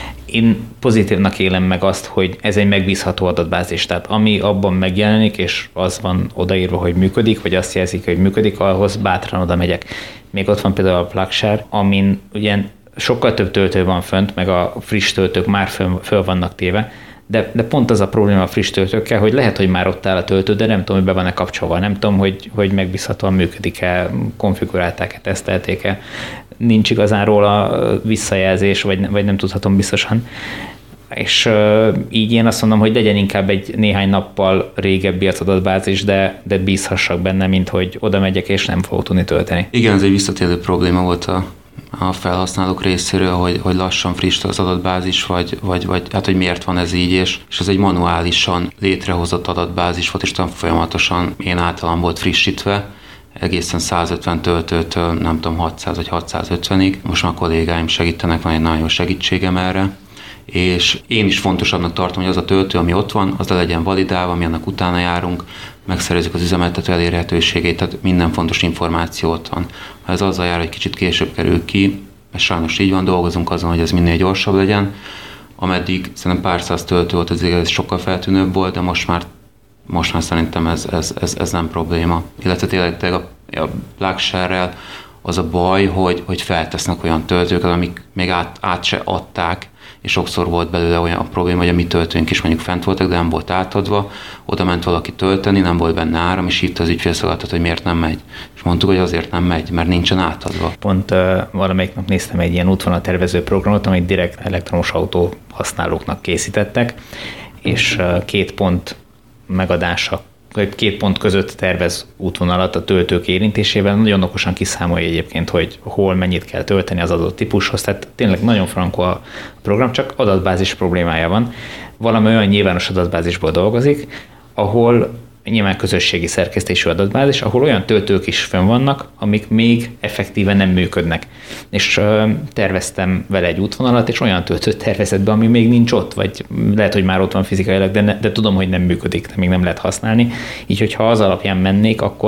Én pozitívnak élem meg azt, hogy ez egy megbízható adatbázis, tehát ami abban megjelenik, és az van odaírva, hogy működik, vagy azt jelzik, hogy működik, ahhoz bátran oda megyek. Még ott van például a Plugshare, amin ugye sokkal több töltő van fönt, meg a friss töltők már föl, föl vannak téve, De, de pont az a probléma a friss töltőkkel, hogy lehet, hogy már ott áll a töltő, de nem tudom, hogy be van-e kapcsolva, nem tudom, hogy, hogy megbízhatóan működik-e, konfigurálták-e, tesztelték-e, nincs igazán róla visszajelzés, vagy, vagy nem tudhatom biztosan. És uh, így én azt mondom, hogy legyen inkább egy néhány nappal régebbi az adatbázis, de, de bízhassak benne, mint hogy oda megyek és nem fogok tudni tölteni. Igen, ez egy visszatérő probléma volt a a felhasználók részéről, hogy, hogy lassan friss az adatbázis, vagy, vagy, vagy hát, hogy miért van ez így, és, és ez egy manuálisan létrehozott adatbázis volt, és folyamatosan én általam volt frissítve, egészen százötven töltőtől, nem tudom, hatszáz vagy hatszázötvenig. Most már a kollégáim segítenek, van egy nagyon jó segítségem erre, és én is fontosabbnak tartom, hogy az a töltő, ami ott van, az le legyen validálva, mi annak utána járunk, megszerezzük az üzemeltető elérhetőségét, tehát minden fontos információ ott van. Ha ez azzal jár, hogy kicsit később kerül ki, ez sajnos így van, dolgozunk azon, hogy ez minél gyorsabb legyen, ameddig szerintem pár száz töltő volt, ez sokkal feltűnőbb volt, de most már, most már szerintem ez, ez, ez, ez nem probléma. Illetve tényleg a, a Plugshare-rel az a baj, hogy, hogy feltesznek olyan töltőket, amik még át, át se adták, és sokszor volt belőle olyan a probléma, hogy a mi töltőnk is mondjuk fent voltak, de nem volt átadva, oda ment valaki tölteni, nem volt benne áram, és hívta az ügyfélszolgáltatót, hogy miért nem megy. És mondtuk, hogy azért nem megy, mert nincsen átadva. Pont uh, valamelyik nap néztem egy ilyen útvonaltervező programot, amit direkt elektromos autó használóknak készítettek, és uh, két pont megadása, két pont között tervez útvonalat a töltők érintésével, nagyon okosan kiszámolja egyébként, hogy hol mennyit kell tölteni az adott típushoz, tehát tényleg nagyon frankó a program, csak adatbázis problémája van. Valami olyan nyilvános adatbázisból dolgozik, ahol nyilván közösségi szerkesztésű adatbázis, ahol olyan töltők is fönn vannak, amik még effektíven nem működnek. És ö, terveztem vele egy útvonalat, és olyan töltőt tervezett be, ami még nincs ott, vagy lehet, hogy már ott van fizikailag, de, ne, de tudom, hogy nem működik, de még nem lehet használni. Így, hogyha az alapján mennék, akkor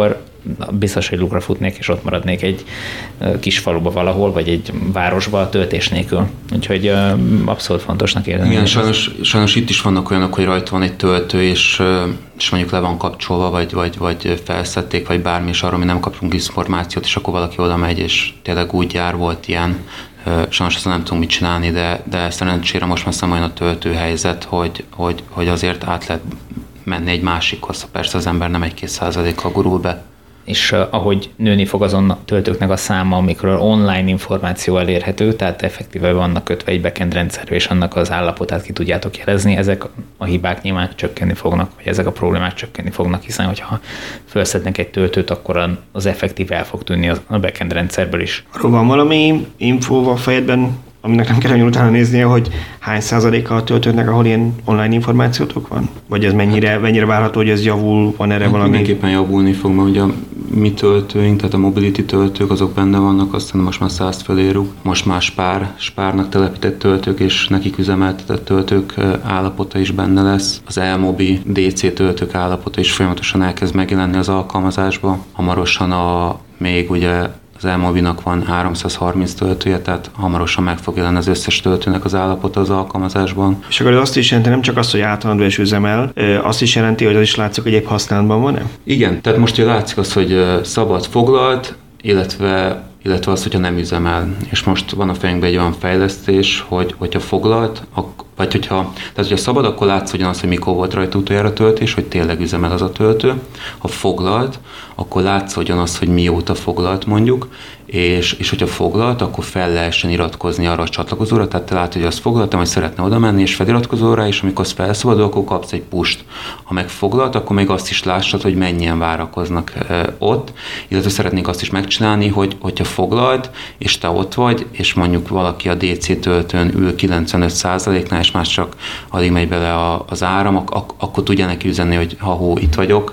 biztos, hogy lukra futnék, és ott maradnék egy kis faluba valahol, vagy egy városba töltés nélkül. Úgyhogy abszolút fontosnak érzem. Igen, sajnos, sajnos itt is vannak olyanok, hogy rajta van egy töltő, és, és mondjuk le van kapcsolva, vagy, vagy, vagy felszették, vagy bármi, és arról mi nem kapunk információt, és akkor valaki oda megy, és tényleg úgy jár, volt ilyen. Sajnos ezt nem tudunk mit csinálni, de, de szerencsére most már szem olyan a töltőhelyzet, hogy, hogy, hogy azért át lehet menni egy másikhoz. Persze az ember nem egy-két százalékkal gurul be. És uh, ahogy nőni fog azon töltőknek a száma, amikről online információ elérhető, tehát effektíve vannak kötve egy backend rendszerbe, és annak az állapotát ki tudjátok jelezni, ezek a hibák nyilván csökkenni fognak, vagy ezek a problémák csökkenni fognak, hiszen hogyha felszednek egy töltőt, akkor az effektív el fog tűnni a backend rendszerből is. Arról van valami infó a fejedben, aminek nem kell nagyon utána néznie, hogy hány százaléka a töltőnek, ahol ilyen online információtok van? Vagy ez mennyire, mennyire várható, hogy ez javul, van erre hát valami? Mindenképpen javulni fog, mert ugye a mi töltőink, tehát a mobility töltők, azok benne vannak, aztán most már száz felérünk. Most már Spár, Spárnak telepített töltők és nekik üzemeltetett töltők állapota is benne lesz. Az Elmobi dé cé töltők állapota is folyamatosan elkezd megjelenni az alkalmazásba. Hamarosan a még ugye az Elmobinak van háromszázharminc töltője, tehát hamarosan meg fog jelenni az összes töltőnek az állapota az alkalmazásban. És akkor ez azt is jelenti, nem csak azt, hogy általánosban és üzemel, azt is jelenti, hogy az is látszik, hogy épp használatban van-e? Igen, tehát most ugye látszik az, hogy szabad foglalt, illetve, illetve az, hogyha nem üzemel. És most van a fejünkben egy olyan fejlesztés, hogy hogyha foglalt, akkor vagy hogyha, tehát hogyha szabad, akkor látszódjon az, hogy mikor volt rajta utoljára töltés, hogy tényleg üzemel az a töltő. Ha foglalt, akkor látszódjon az, hogy mióta foglalt mondjuk, és, és hogyha foglalt, akkor fel lehessen iratkozni arra a csatlakozóra, tehát te látod, hogy azt foglaltam, hogy szeretne oda menni, és feliratkozol rá, és amikor az felszabadul, akkor kapsz egy pusht. Ha megfoglalt, akkor még azt is lássad, hogy mennyien várakoznak e, ott, illetve szeretnénk azt is megcsinálni, hogy hogyha foglalt, és te ott vagy, és mondjuk valaki a dé cé töltőn ül kilencvenöt százaléknál, és már csak alig megy bele a, az áram, ak- ak- akkor tudja neki üzenni, hogy ha hó, itt vagyok,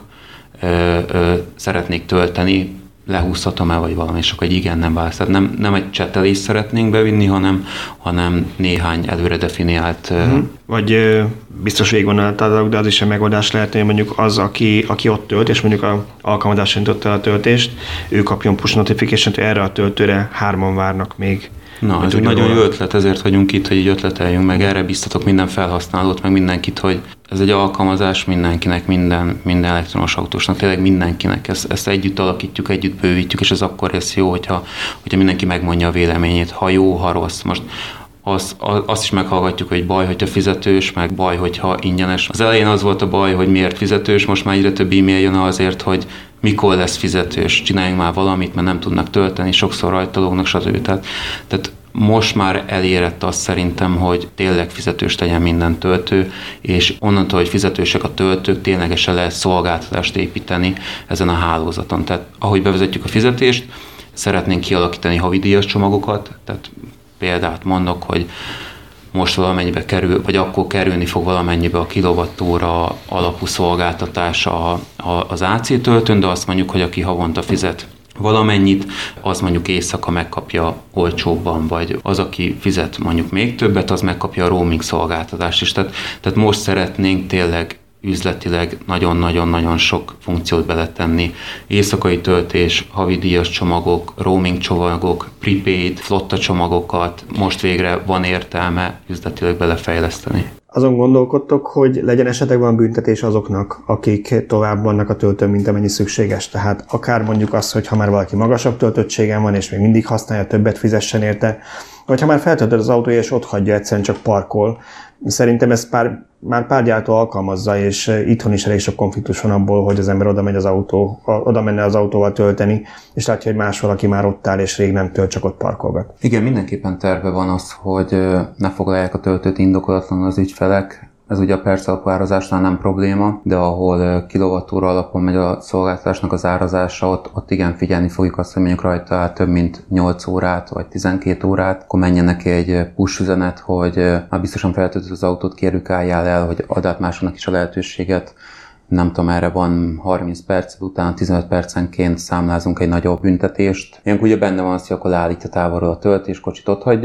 ö, ö, szeretnék tölteni, lehúzhatom el, vagy valami, és akkor egy igen nem válasz. Tehát nem, nem egy csetelést szeretnénk bevinni, hanem, hanem néhány előre definiált... Uh-huh. Vagy ö, biztos végigvonaltátok, de az is egy megoldás lehet, hogy mondjuk az, aki, aki ott tölt, és mondjuk a alkalmazás indította el a töltést, ő kapjon push notification-t, hogy erre a töltőre hárman várnak még. Na, ez egy nagyon jó ötlet, ezért vagyunk itt, hogy így ötleteljünk, meg erre biztatok minden felhasználót, meg mindenkit, hogy ez egy alkalmazás mindenkinek, minden, minden elektronos autósnak, tényleg mindenkinek. Ezt, ezt együtt alakítjuk, együtt bővítjük, és ez akkor lesz jó, hogyha, hogyha mindenki megmondja a véleményét, ha jó, ha rossz. Most azt, azt is meghallgatjuk, hogy baj, hogyha fizetős, meg baj, hogyha ingyenes. Az elején az volt a baj, hogy miért fizetős, most már egyre több e-mail jön azért, hogy mikor lesz fizetős, csináljunk már valamit, mert nem tudnak tölteni, sokszor rajtalógnak, stb. Tehát, tehát most már elérett az szerintem, hogy tényleg fizetős legyen minden töltő, és onnantól, hogy fizetősek a töltők, ténylegesen lehet szolgáltatást építeni ezen a hálózaton. Tehát ahogy bevezetjük a fizetést, szeretnénk kialakítani havidíjas csomagokat, tehát példát mondok, hogy most valamennyibe kerül, vagy akkor kerülni fog valamennyibe a kilovattóra alapú szolgáltatás a, a, az á cé töltőn, de azt mondjuk, hogy aki havonta fizet valamennyit, az mondjuk éjszaka megkapja olcsóbban, vagy az, aki fizet mondjuk még többet, az megkapja a roaming szolgáltatást is. Tehát, tehát most szeretnénk tényleg üzletileg nagyon-nagyon-nagyon sok funkciót beletenni. Éjszakai töltés, havidíjas csomagok, roaming csomagok, prepaid, flotta csomagokat, most végre van értelme üzletileg belefejleszteni. Azon gondolkodtok, hogy legyen esetekben büntetés azoknak, akik tovább vannak a töltőn, mint amennyi szükséges. Tehát akár mondjuk az, hogy ha már valaki magasabb töltöttségen van, és még mindig használja, többet fizessen érte, vagy ha már feltöltöd az autója, és ott hagyja, egyszerűen csak parkol. Szerintem ezt pár, már pár gyártó alkalmazza, és itthon is elég sok konfliktus van abból, hogy az ember oda megy az autó, oda menne az autóval tölteni, és látja, hogy más valaki már ott áll, és rég nem tölt, csak ott parkolgat. Igen, mindenképpen terve van az, hogy ne foglalják a töltőt indokolatlanul az ügyfelek. Ez ugye a perc alapú árazásnál nem probléma, de ahol kilovattóra alapon megy a szolgáltatásnak az árazása, ott, ott igen figyelni fogjuk azt, hogy mondjuk rajta áll több mint nyolc órát vagy tizenkét órát, akkor menjen neki egy push üzenet, hogy már biztosan feltöltött az autót, kérjük álljál el, hogy add át másoknak is a lehetőséget. Nem tudom, erre van harminc perc, utána tizenöt percenként számlázunk egy nagyobb büntetést. Ilyenkor ugye benne van az, hogy akkor leállítja távolról a töltéskocsit, ott hagyja,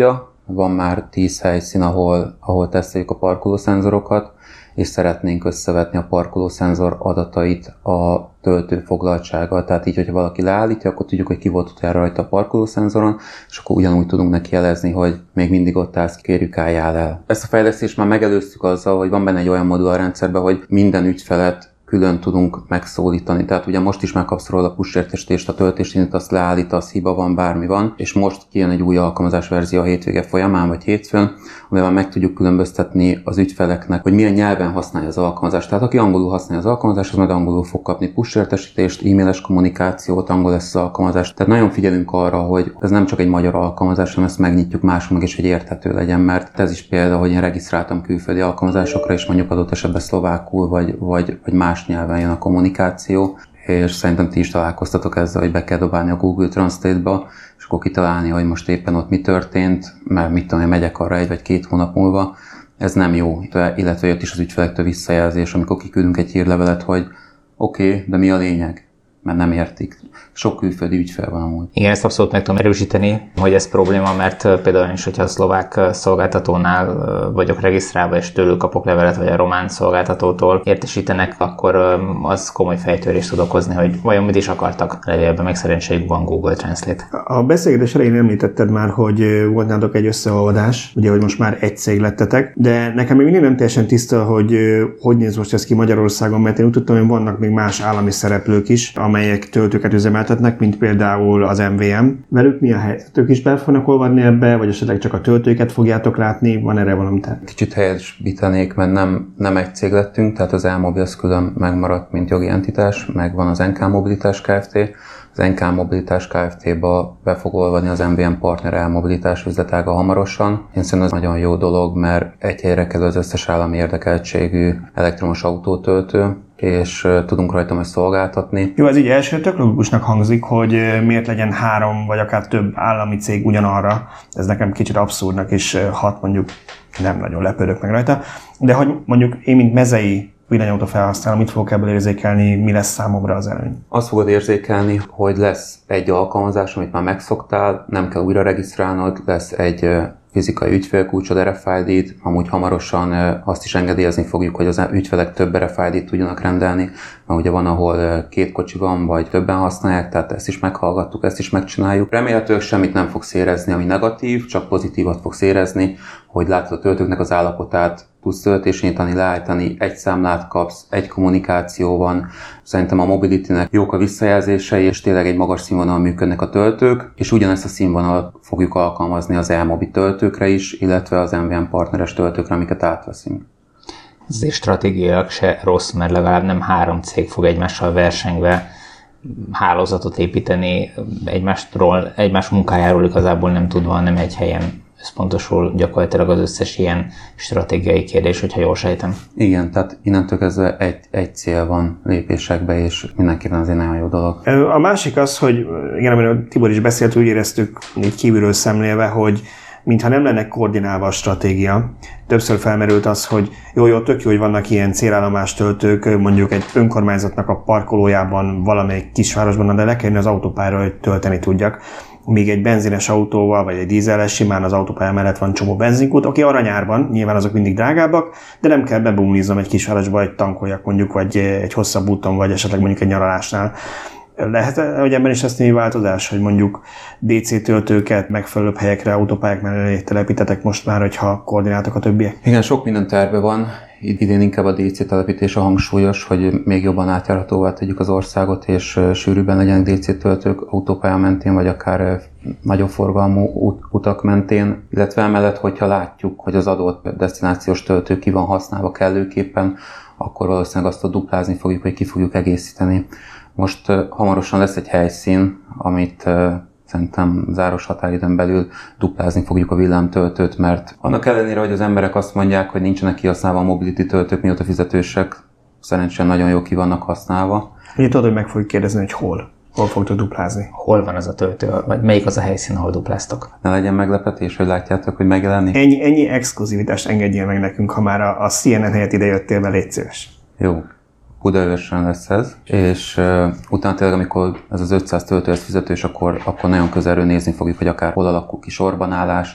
van már tíz helyszín, ahol, ahol teszteljük a parkolószenzorokat, és szeretnénk összevetni a parkolószenzor adatait a töltő foglaltsággal. Tehát így, hogyha valaki leállítja, akkor tudjuk, hogy ki volt utoljára rajta a parkolószenzoron, és akkor ugyanúgy tudunk neki jelezni, hogy még mindig ott állsz, kérjük álljál el. Ezt a fejlesztést már megelőztük azzal, hogy van benne egy olyan modul a rendszerben, hogy minden ügyfelet külön tudunk megszólítani. Tehát ugye most is megkapsz róla a push értesítést, a töltést indítasz, leállítasz, hiba van, bármi van, és most kijön egy új alkalmazás verzió a hétvége folyamán, vagy hétfőn, amivel meg tudjuk különböztetni az ügyfeleknek, hogy milyen nyelven használja az alkalmazást. Tehát aki angolul használja az alkalmazást, az majd angolul fog kapni push értesítést, e-mailes kommunikációt, angol lesz az alkalmazás. Tehát nagyon figyelünk arra, hogy ez nem csak egy magyar alkalmazás, hanem ezt megnyitjuk másnak is, hogy érthető legyen, mert ez is példa, hogy én regisztráltam külföldi alkalmazásokra, és mondjuk adott esetben szlovákul, vagy, vagy, vagy más nyelven jön a kommunikáció, és szerintem ti is találkoztatok ezzel, hogy be kell dobálni a Google Translate-ba, és akkor kitalálni, hogy most éppen ott mi történt, mert mit tudom, hogy megyek arra egy vagy két hónap múlva. Ez nem jó, illetve jött is az ügyfelektől visszajelzés, amikor kiküldünk egy hírlevelet, hogy oké, okay, de mi a lényeg? Mert nem értik. Sok külföldi ügyfél van amúgy. Igen, ezt abszolút meg tudom erősíteni, hogy ez probléma, mert például is, hogyha a szlovák szolgáltatónál vagyok regisztrálva, és tőlük kapok levelet, vagy a román szolgáltatótól értesítenek, akkor az komoly fejtörést tud okozni, hogy vajon mit is akartak levélben, meg szerencséjük van Google Translate. A beszélgetés elején említetted már, hogy volt nálatok egy összeolvadás, ugye, hogy most már egy cég lettetek, de nekem még mindig nem teljesen tiszta, hogy hogy néz most ez ki Magyarországon, mert én úgy tudtam, hogy vannak még más állami szereplők is, amelyek töltőket üzemeltetnek, mint például az em vé em. Velük mi a helyzet? Ők is be fognak olvadni ebbe, vagy esetleg csak a töltőket fogjátok látni? Van erre valami terv? Kicsit helyesbítenék, mert nem, nem egy cég lettünk, tehát az Elmobi az külön megmaradt, mint jogi entitás, meg van az en ká Mobilitás Kft. Az en ká Mobilitás Kft-ba be fog olvadni az em vé em Partner Elmobilitás üzletága hamarosan. Én szerintem ez nagyon jó dolog, mert egy helyre kerül az összes állami érdekeltségű elektromos autótöltő, és uh, tudunk rajta majd szolgáltatni. Jó, ez így első tök logikusnak hangzik, hogy uh, miért legyen három vagy akár több állami cég ugyanarra. Ez nekem kicsit abszurdnak is uh, hat, mondjuk nem nagyon lepődök meg rajta. De hogy mondjuk én, mint mezei villanyautó felhasználó, mit fogok ebből érzékelni, mi lesz számomra az előny? Azt fogod érzékelni, hogy lesz egy alkalmazás, amit már megszoktál, nem kell újra regisztrálnod, lesz egy uh, fizikai ügyfélkulcsod, er ef i dé-t, amúgy hamarosan azt is engedélyezni fogjuk, hogy az ügyfelek több er ef i dé-t tudjanak rendelni, mert ugye van, ahol két kocsi van, vagy többen használják, tehát ezt is meghallgattuk, ezt is megcsináljuk. Remélhetőleg semmit nem fogsz érezni, ami negatív, csak pozitívat fogsz érezni, hogy látod a töltőknek az állapotát, tudsz töltésnyitani, leállítani, egy számlát kapsz, egy kommunikáció van. Szerintem a Mobility-nek jók a visszajelzései, és tényleg egy magas színvonalon működnek a töltők, és ugyanezt a színvonalat fogjuk alkalmazni az Elmobi töltőkre is, illetve az em vé em partneres töltőkre, amiket átveszünk. Ez azért stratégiailag se rossz, mert legalább nem három cég fog egymással versengve hálózatot építeni, egymástról, egymás munkájáról igazából nem tudva, nem egy helyen összpontosul gyakorlatilag az összes ilyen stratégiai kérdés, hogyha jól sejtem. Igen, tehát innentől kezdve egy, egy cél van lépésekbe, és mindenképpen az egy nagyon jó dolog. A másik az, hogy igen, amiről Tibor is beszélt, úgy éreztük így kívülről szemlélve, hogy mintha nem lenne koordinálva a stratégia. Többször felmerült az, hogy jó, jó, tök jó, hogy vannak ilyen célállomás töltők, mondjuk egy önkormányzatnak a parkolójában valamelyik kisvárosban, de le kell jönni az autópályára, hogy tölteni tudjak. Míg egy benzines autóval, vagy egy dízeles, simán az autópálya mellett van csomó benzinkút, aki aranyárban, nyilván azok mindig drágábbak, de nem kell bebumliznom egy kisvárosba, egy tankoljak mondjuk, vagy egy hosszabb úton, vagy esetleg mondjuk egy nyaralásnál. Lehet, hogy ebben is lesz némi változás, hogy mondjuk dé cé töltőket megfelelőbb helyekre, autópályák mellé telepítetek most már, hogyha koordináltak a többiek? Igen, sok minden terve van. Idén inkább a dé cé telepítés a hangsúlyos, hogy még jobban átjárhatóvá tegyük az országot, és sűrűbben legyenek dé cé töltők autópálya mentén, vagy akár nagyobb forgalmú utak mentén, illetve emellett, hogyha látjuk, hogy az adott desztinációs töltő ki van használva kellőképpen, akkor valószínűleg azt a duplázni fogjuk, hogy ki fogjuk egészíteni. Most uh, hamarosan lesz egy helyszín, amit uh, szerintem záros határidőn belül duplázni fogjuk a villámtöltőt, mert annak ellenére, hogy az emberek azt mondják, hogy nincsenek kihasználva a Mobility töltők, mióta fizetősek, szerencsére nagyon jó ki vannak használva. Ugye tudod, hogy meg fogjuk kérdezni, hogy hol? Hol fogtok duplázni? Hol van az a töltő? Vagy melyik az a helyszín, ahol dupláztok? Ne legyen meglepetés, hogy látjátok, hogy megjelenik? Ennyi, ennyi exkluzivitást engedjél meg nekünk, ha már a, a cé en en helyett ide jöttél be, légy szíves. Jó. Budaörsön lesz ez, és uh, utána tényleg, amikor ez az ötszáz töltő ez fizetős, akkor, akkor nagyon közelről nézni fogjuk, hogy akár hol alakul ki sorbanállás, a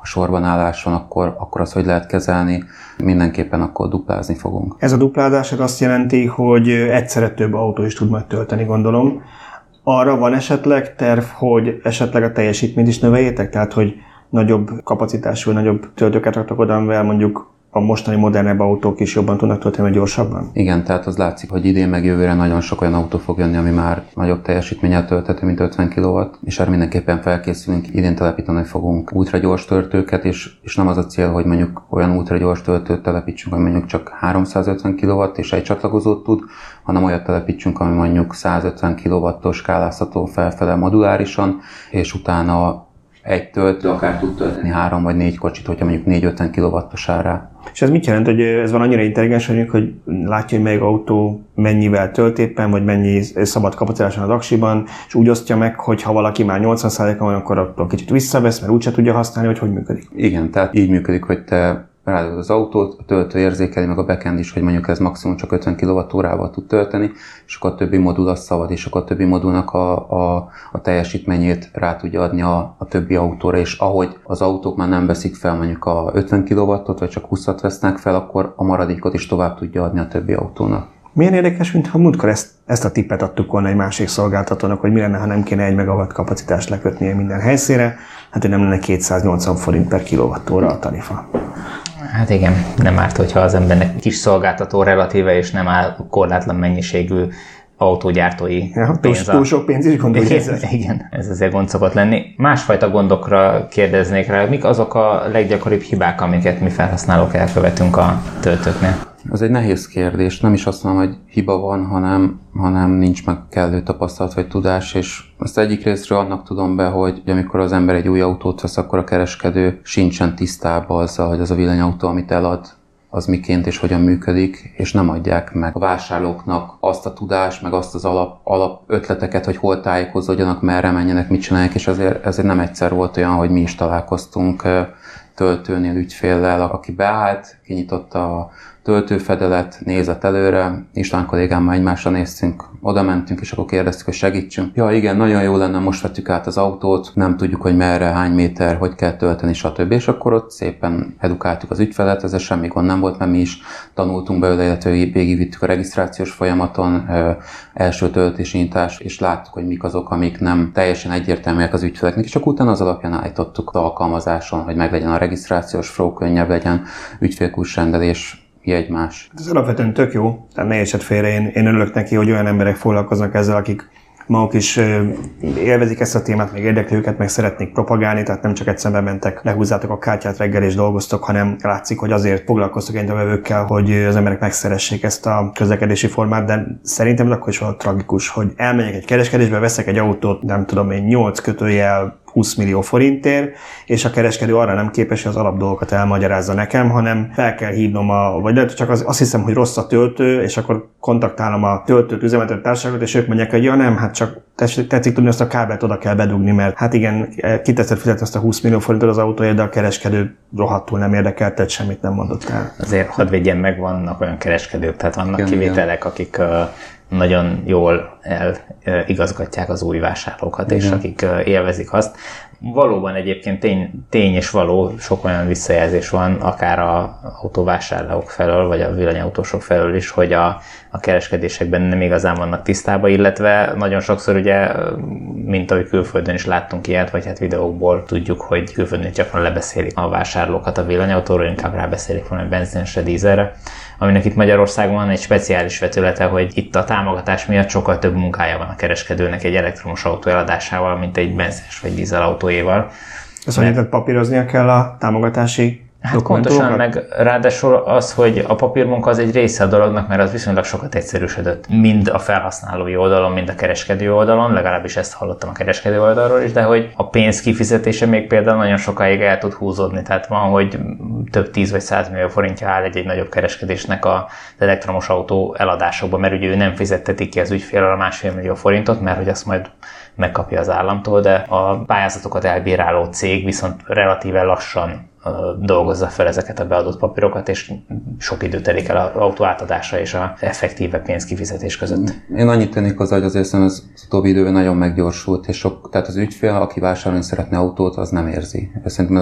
sorban állás van, akkor, akkor azt hogy lehet kezelni, mindenképpen akkor duplázni fogunk. Ez a duplázás azt jelenti, hogy egyszerre több autó is tud majd tölteni, gondolom. Arra van esetleg terv, hogy esetleg a teljesítményt is növeljétek? Tehát, hogy nagyobb kapacitású, nagyobb töltőket raktok oda, amivel mondjuk a mostani modernebb autók is jobban tudnak tölteni, vagy gyorsabban? Igen, tehát az látszik, hogy idén meg jövőre nagyon sok olyan autó fog jönni, ami már nagyobb teljesítménnyel tölthető, mint ötven kilowatt, és erre mindenképpen felkészülünk. Idén telepíteni fogunk ultragyors töltőket, és, és nem az a cél, hogy mondjuk olyan ultragyors töltőt telepítsünk, ami mondjuk csak háromszázötven kilowatt és egy csatlakozót tud, hanem olyat telepítsünk, ami mondjuk százötven kilowattos skálázható felfele modulárisan, és utána egy töltő akár tud tölteni három vagy négy kocsit, hogyha mondjuk négy-ötven kilowattos árá. És ez mit jelent, hogy ez van annyira intelligens, hogy látja, hogy melyik autó mennyivel tölt éppen, vagy mennyi szabad kapacitás van az aksiban, és úgy osztja meg, hogy ha valaki már nyolcvan százalékon van, akkor attól kicsit visszavesz, mert úgyse tudja használni, hogy hogy működik. Igen, tehát így működik, hogy te ráadod az autót, a töltő érzékeli, meg a backend is, hogy mondjuk ez maximum csak ötven kilowattórával tud tölteni, és akkor a többi modul az szabad, és akkor a többi modulnak a, a, a teljesítményét rá tudja adni a, a többi autóra, és ahogy az autók már nem veszik fel mondjuk a ötven kilowattot, vagy csak húszat vesznek fel, akkor a maradékot is tovább tudja adni a többi autónak. Milyen érdekes, mintha múltkor ezt, ezt a tippet adtuk volna egy másik szolgáltatónak, hogy mi lenne, ha nem kéne egy megawatt kapacitást lekötnie minden helyszínre, hát hogy nem lenne kétszáznyolcvan forint per kilowattóra a tarifa. Hát igen, nem árt, hogyha az embernek kis szolgáltató relatíve, és nem áll korlátlan mennyiségű autógyártói ja, pénz. Túl sok pénz is gondolja ezzel. Igen, ez azért gond szokott lenni. Másfajta gondokra kérdeznék rá, mik azok a leggyakoribb hibák, amiket mi felhasználók elkövetünk a töltőknél? Ez egy nehéz kérdés, nem is azt mondom, hogy hiba van, hanem, hanem nincs meg kellő tapasztalat vagy tudás, és ezt egyik részről annak tudom be, hogy amikor az ember egy új autót vesz, akkor a kereskedő sincsen tisztában azzal, hogy az a villanyautó, amit elad, az miként és hogyan működik, és nem adják meg a vásárlóknak azt a tudást, meg azt az alap, alap ötleteket, hogy hol tájékozódjanak, merre menjenek, mit csinálják, és ezért, ezért nem egyszer volt olyan, hogy mi is találkoztunk töltőnél ügyféllel, aki beállt, kinyitotta a töltőfedelet, nézett előre, István kollégámmal egymásra néztünk, oda mentünk, és akkor kérdeztük, hogy segítsünk. Ja igen, nagyon jó lenne, most vettük át az autót, nem tudjuk, hogy merre, hány méter, hogy kell tölteni, stb. És akkor ott szépen edukáltuk az ügyfelet, ezzel semmi gond nem volt, mert mi is tanultunk belőle, illetve végigvittük a regisztrációs folyamaton, ö, első töltési nyitás, és láttuk, hogy mik azok, amik nem teljesen egyértelműek az ügyfeleknek, és csak utána az alapján állítottuk az alkalmazáson, hogy meglegyen a regisztrációs flow, könnyebb legyen, ügyfélkursrendelés, egymás. Ez alapvetően tök jó, tehát ne értsed félre, én, én örülök neki, hogy olyan emberek foglalkoznak ezzel, akik maguk is élvezik ezt a témát, meg érdekli őket, meg szeretnék propagálni, tehát nem csak egyszerűen mentek, lehúzzátok a kártyát reggel és dolgoztok, hanem látszik, hogy azért foglalkoztok egy a vevőkkel, hogy az emberek megszeressék ezt a közlekedési formát, de szerintem ez akkor is valami tragikus, hogy elmegyek egy kereskedésbe, veszek egy autót, nem tudom én, nyolc kötőjel húsz millió forintért, és a kereskedő arra nem képes, hogy az alapdolgokat elmagyarázza nekem, hanem fel kell hívnom a, vagy lehet, csak az, azt hiszem, hogy rossz a töltő, és akkor kontaktálom a töltőt, üzemeltető társaságot, és ők mondják, hogy ja nem, hát csak tetszik tudni, azt a kábelt oda kell bedugni, mert hát igen, kiteszed fizetni azt a húsz millió forintot az autóért, de a kereskedő rohadtul nem érdekelt, tehát semmit nem mondott el. Azért hadd védjen meg, vannak olyan kereskedők, tehát vannak igen, kivételek, akik uh, nagyon jól eligazgatják az új vásárlókat, igen. És akik élvezik azt. Valóban egyébként tény, tény és való, sok olyan visszajelzés van, akár az autóvásárlók felől, vagy a villanyautósok felől is, hogy a, a kereskedésekben nem igazán vannak tisztában, illetve nagyon sokszor ugye, mint ahogy külföldön is láttunk ilyet, vagy hát videókból tudjuk, hogy külföldön gyakran lebeszélik a vásárlókat a villanyautóról, inkább rábeszélik valami benzinesre, dízelre, aminek itt Magyarországon van egy speciális vetülete, hogy itt a támogatás miatt sokkal több munkája van a kereskedőnek egy elektromos autó eladásával, mint egy benzines vagy dízel autóéval. Ezt annyit, hogy papíroznia kell a támogatási Hát pontosan, meg ráadásul az, hogy a papírmunka az egy része a dolognak, mert az viszonylag sokat egyszerűsödött. Mind a felhasználói oldalon, mind a kereskedő oldalon, legalábbis ezt hallottam a kereskedő oldalról is, de hogy a pénz kifizetése még például nagyon sokáig el tud húzódni. Tehát van, hogy több tíz vagy száz millió forintja áll egy-egy nagyobb kereskedésnek az elektromos autó eladásokba, mert ugye ő nem fizetteti ki az ügyfélre a másfél millió forintot, mert hogy azt majd megkapja az államtól, de a pályázatokat elbíráló cég viszont relatíve lassan dolgozza fel ezeket a beadott papírokat, és sok idő telik el az autó átadása és a effektíve pénzkifizetés között. Én annyit tennék hozzá, hogy azért szerintem ez az utóbbi időben nagyon meggyorsult, és sok, tehát az ügyfél, aki vásárolni szeretne autót, az nem érzi. Szerintem ez a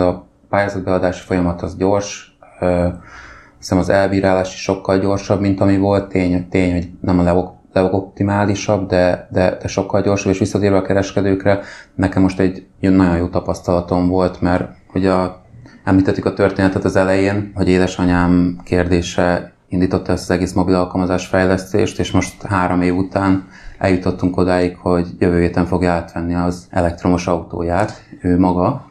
pályázatbeadási folyamat az gyors, hiszem az elbírálás is sokkal gyorsabb, mint ami volt. Tény, tény hogy nem a legop, legoptimálisabb, de, de, de sokkal gyorsabb, és visszatérve a kereskedőkre, nekem most egy nagyon jó tapasztalatom volt, mert ugye a, említettük a történetet az elején, hogy édesanyám kérdése indította ezt az egész mobil alkalmazás fejlesztést, és most három év után eljutottunk odáig, hogy jövő héten fogja átvenni az elektromos autóját, ő maga,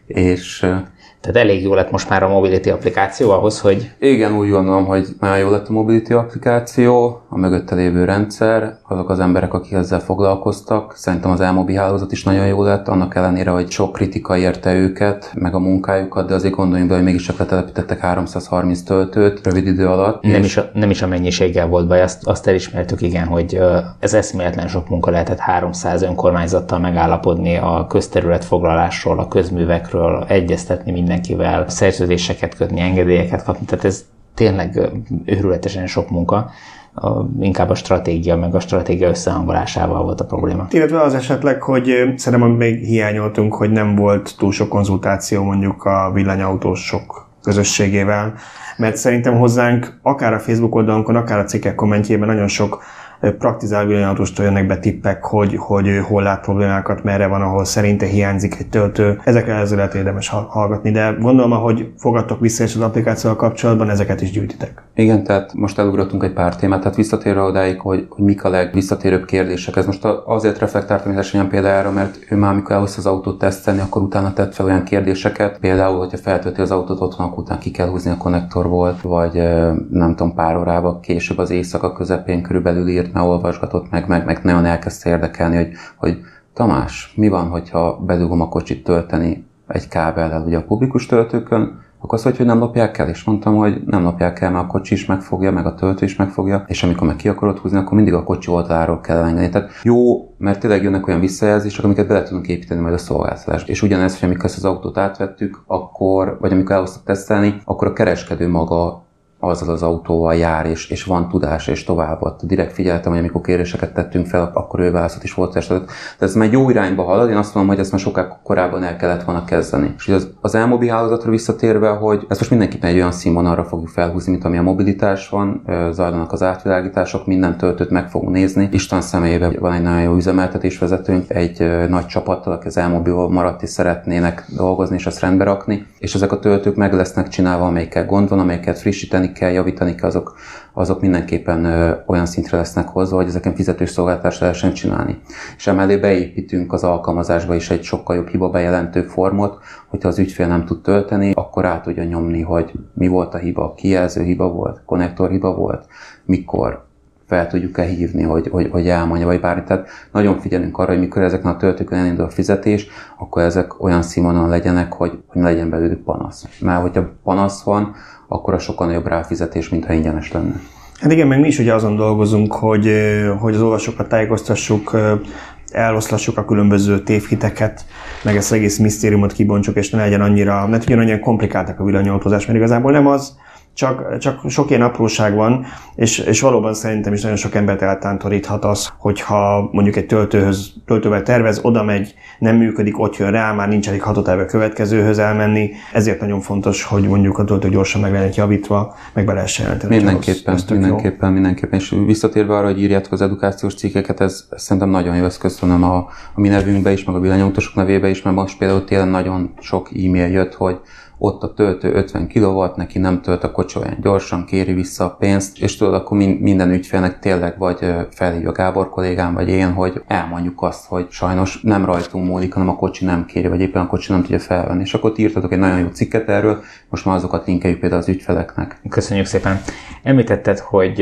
és tehát elég jó lett most már a Mobility applikáció ahhoz, hogy... Igen, úgy gondolom, hogy nagyon jó lett a Mobility applikáció, a mögötte lévő rendszer, azok az emberek, akik ezzel foglalkoztak. Szerintem az elmobi hálózat is nagyon jó lett, annak ellenére, hogy sok kritika érte őket, meg a munkájukat, de azért gondoljunk be, hogy mégis csak letelepítettek háromszázharminc töltőt rövid idő alatt. Nem, és... is, a, nem is a mennyiséggel volt baj, azt, azt elismertük, igen, hogy ez eszméletlen sok munka lehetett háromszáz önkormányzattal megállapodni a közterületfoglalásról, a közművekről, egyeztetni mindenkivel, szerződéseket kötni, engedélyeket kapni, tehát ez tényleg őrületesen sok munka. A, inkább a stratégia, meg a stratégia összehangolásával volt a probléma. Illetve az esetleg, hogy szerintem még hiányoltunk, hogy nem volt túl sok konzultáció mondjuk a villanyautósok közösségével, mert szerintem hozzánk akár a Facebook oldalunkon, akár a cikkek kommentjében nagyon sok praktizáló villanyautóstól jönnek be tippek, hogy, hogy hol lát problémákat, merre van, ahol szerinte hiányzik egy töltő. Ezekre ezzel lehet érdemes hallgatni, de gondolom, ahogy fogadtok vissza és az applikációval kapcsolatban, ezeket is gyűjtitek. Igen, tehát most elugrottunk egy pár témát, tehát visszatérve odáig, hogy, hogy mik a legvisszatérőbb kérdések. Ez most azért reflektáltam édesanyám példájára, mert ő már amikor elhozta az autót tesztelni, akkor utána tett fel olyan kérdéseket, például, hogyha feltölti az autót otthon, akkor után ki kell húzni a konnektorból, vagy nem tudom, pár órával később az éjszaka közepén körülbelül írt, már olvasgatott meg, meg, meg nagyon elkezdte érdekelni, hogy, hogy Tamás, mi van, hogyha bedugom a kocsit tölteni egy kábellel ugye a publikus töltőkön, akkor azt mondja, hogy nem lopják el, és mondtam, hogy nem lopják el, mert a kocsi is megfogja, meg a töltő is megfogja, és amikor meg ki akarod húzni, akkor mindig a kocsi oldaláról kell engedni. Tehát jó, mert tényleg jönnek olyan visszajelzések, amiket bele tudunk építeni majd a szolgáltatásba. És ugyanez, hogy amikor ezt az autót átvettük, akkor, vagy amikor elhoztak tesztelni, akkor a kereskedő maga azzal az autóval jár, és, és van tudása, és továbbad. Direkt figyeltem, hogy amikor kéréseket tettünk fel, akkor ő válaszolt is volt. Tehát ez már jó irányba halad, én azt mondom, hogy ezt már sokkal korábban el kellett volna kezdeni. És az, az elmobi hálózatra visszatérve, hogy ezt most mindenképpen egy olyan színvonalra fogjuk felhúzni, mint ami a mobilitás van, zajlanak az átvilágítások, minden töltőt meg fogunk nézni. Isten személyében van egy nagyon jó üzemeltetésvezetőnk, egy nagy csapattal, aki az elmobival maradt és szeretnének dolgozni és azt rendbe rakni. És ezek a töltők meg lesznek csinálva, amelyekkel gond van, amelyeket frissíteni kell, javítani kell, azok, azok mindenképpen ö, olyan szintre lesznek hozva, hogy ezeken fizetős szolgáltatást lehessen csinálni. És emellé beépítünk az alkalmazásba is egy sokkal jobb hiba bejelentő formot, hogyha az ügyfél nem tud tölteni, akkor rá tudja nyomni, hogy mi volt a hiba, kijelző hiba volt, konnektor hiba volt, mikor fel tudjuk-e hívni, hogy, hogy, hogy elmondja, vagy bármi. Tehát nagyon figyelünk arra, hogy mikor ezeken a töltőkön elindul a fizetés, akkor ezek olyan színvonalon legyenek, hogy, hogy ne legyen belőlük panasz. Mert hogyha panasz van, akkor a sokkal nagyobb ráfizetés, mintha ingyenes lenne. Hát igen, meg mi is ugye azon dolgozunk, hogy, hogy az olvasókat tájékoztassuk, eloszlassuk a különböző tévhiteket, meg ezt az egész misztériumot kibontsuk, és ne legyen annyira, ne tudjon annyira komplikáltak a villanyautózás, mert igazából nem az, Csak, csak sok ilyen apróság van, és, és valóban szerintem is nagyon sok embert eltántoríthat az, hogyha mondjuk egy töltőhöz, töltővel tervez, oda megy, nem működik, ott jön rá, már nincs elég hatótáv a következőhöz elmenni. Ezért nagyon fontos, hogy mondjuk a töltő gyorsan meg legyen javítva, meg be lehessen jelenteni. Mindenképpen, az, mindenképpen, mindenképpen. És visszatérve arra, hogy írjátok az edukációs cikkeket, ez szerintem nagyon jó, ezt köszönöm a, a mi nevünkbe is, meg a villanyautósok nevébe is, mert most például télen nagyon sok e-mail jött, hogy ott a töltő ötven kilowatt, neki nem tölt a kocsi olyan gyorsan, kéri vissza a pénzt, és tudod, akkor minden ügyfélnek tényleg vagy felhívja Gábor kollégám, vagy én, hogy elmondjuk azt, hogy sajnos nem rajtunk múlik, hanem a kocsi nem kéri, vagy éppen a kocsi nem tudja felvenni. És akkor írtatok egy nagyon jó cikket erről, most már azokat linkeljük például az ügyfeleknek. Köszönjük szépen. Említetted, hogy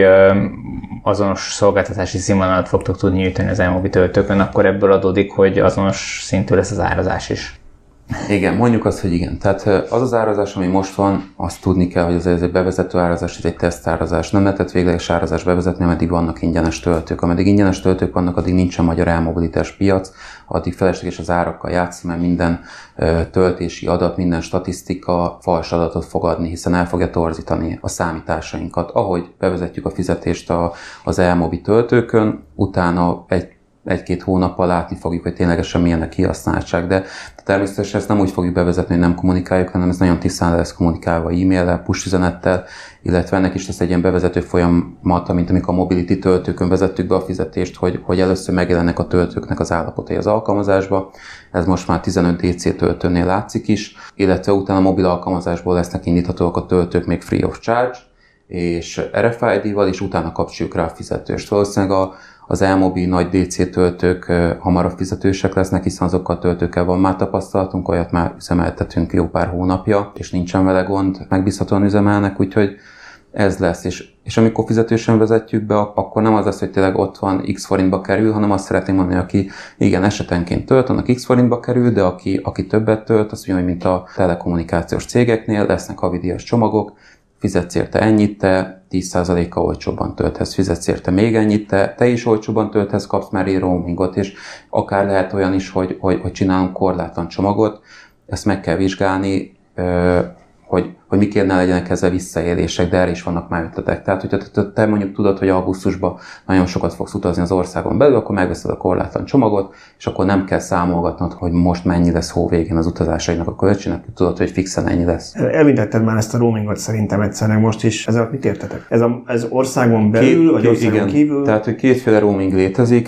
azonos szolgáltatási színvonalat fogtok tudni nyújtani az elmobi töltőkön, akkor ebből adódik, hogy azonos szintű lesz az árazás is. Igen, mondjuk azt, hogy igen. Tehát az az árazás, ami most van, azt tudni kell, hogy ez egy bevezető árazás, ez egy tesztárazás. Nem lehetett végleges árazás bevezetni, ameddig vannak ingyenes töltők. Ameddig ingyenes töltők vannak, addig nincsen magyar elmobilitás piac, addig felesleges az árakkal játszani, mert minden töltési adat, minden statisztika fals adatot fog adni, hiszen el fogja torzítani a számításainkat. Ahogy bevezetjük a fizetést az elmobi töltőkön, utána egy egy-két hónappal látni fogjuk, hogy ténylegesen milyen a kihasználtság, de természetesen ezt nem úgy fogjuk bevezetni, hogy nem kommunikáljuk, hanem ez nagyon tisztán lesz kommunikálva e-mail-el, push üzenettel, illetve ennek is lesz egy ilyen bevezető folyamat, mint amikor a mobility töltőkön vezettük be a fizetést, hogy, hogy először megjelennek a töltőknek az állapotai az alkalmazásba. Ez most már tizenöt dé cé töltőnél látszik is, illetve utána a mobil alkalmazásból lesznek indíthatóak a töltők még free of charge, és er ef i dé-val, és utána kapcsoljuk rá a fizetőst. Valószínűleg a az elmobi nagy dé cé töltők hamarabb fizetősek lesznek, hiszen azokkal a töltőkkel van már tapasztalatunk, olyat már üzemeltetünk jó pár hónapja, és nincsen vele gond, megbízhatóan üzemelnek, úgyhogy ez lesz. És, és amikor fizetősen vezetjük be, akkor nem az lesz, hogy tényleg ott van x forintba kerül, hanem azt szeretném mondani, aki igen, esetenként tölt, annak x forintba kerül, de aki, aki többet tölt, azt mondja, hogy mint a telekommunikációs cégeknél, lesznek havidíjas csomagok, fizetsz érte ennyit, te tíz százalékkal olcsóbban tölthetsz, fizetsz érte még ennyit, te, te is olcsóbban tölthetsz, kapsz már egy roamingot, és akár lehet olyan is, hogy, hogy, hogy csinálunk korlátlan csomagot, ezt meg kell vizsgálni, hogy, hogy miként ne legyenek ezzel visszaélések, de erre is vannak már ötletek. Tehát, hogyha te, te mondjuk tudod, hogy augusztusban nagyon sokat fogsz utazni az országon belül, akkor megveszed a korlátlan csomagot, és akkor nem kell számolgatnod, hogy most mennyi lesz hó végén az utazásaidnak a költségnek, tudod, hogy fixen ennyi lesz. Elvintetted már ezt a roamingot szerintem egyszerűen most is. Ez a, mit értetek? Ez, a, ez országon belül, két, vagy országon igen, kívül? Tehát, hogy kétféle roaming létezik.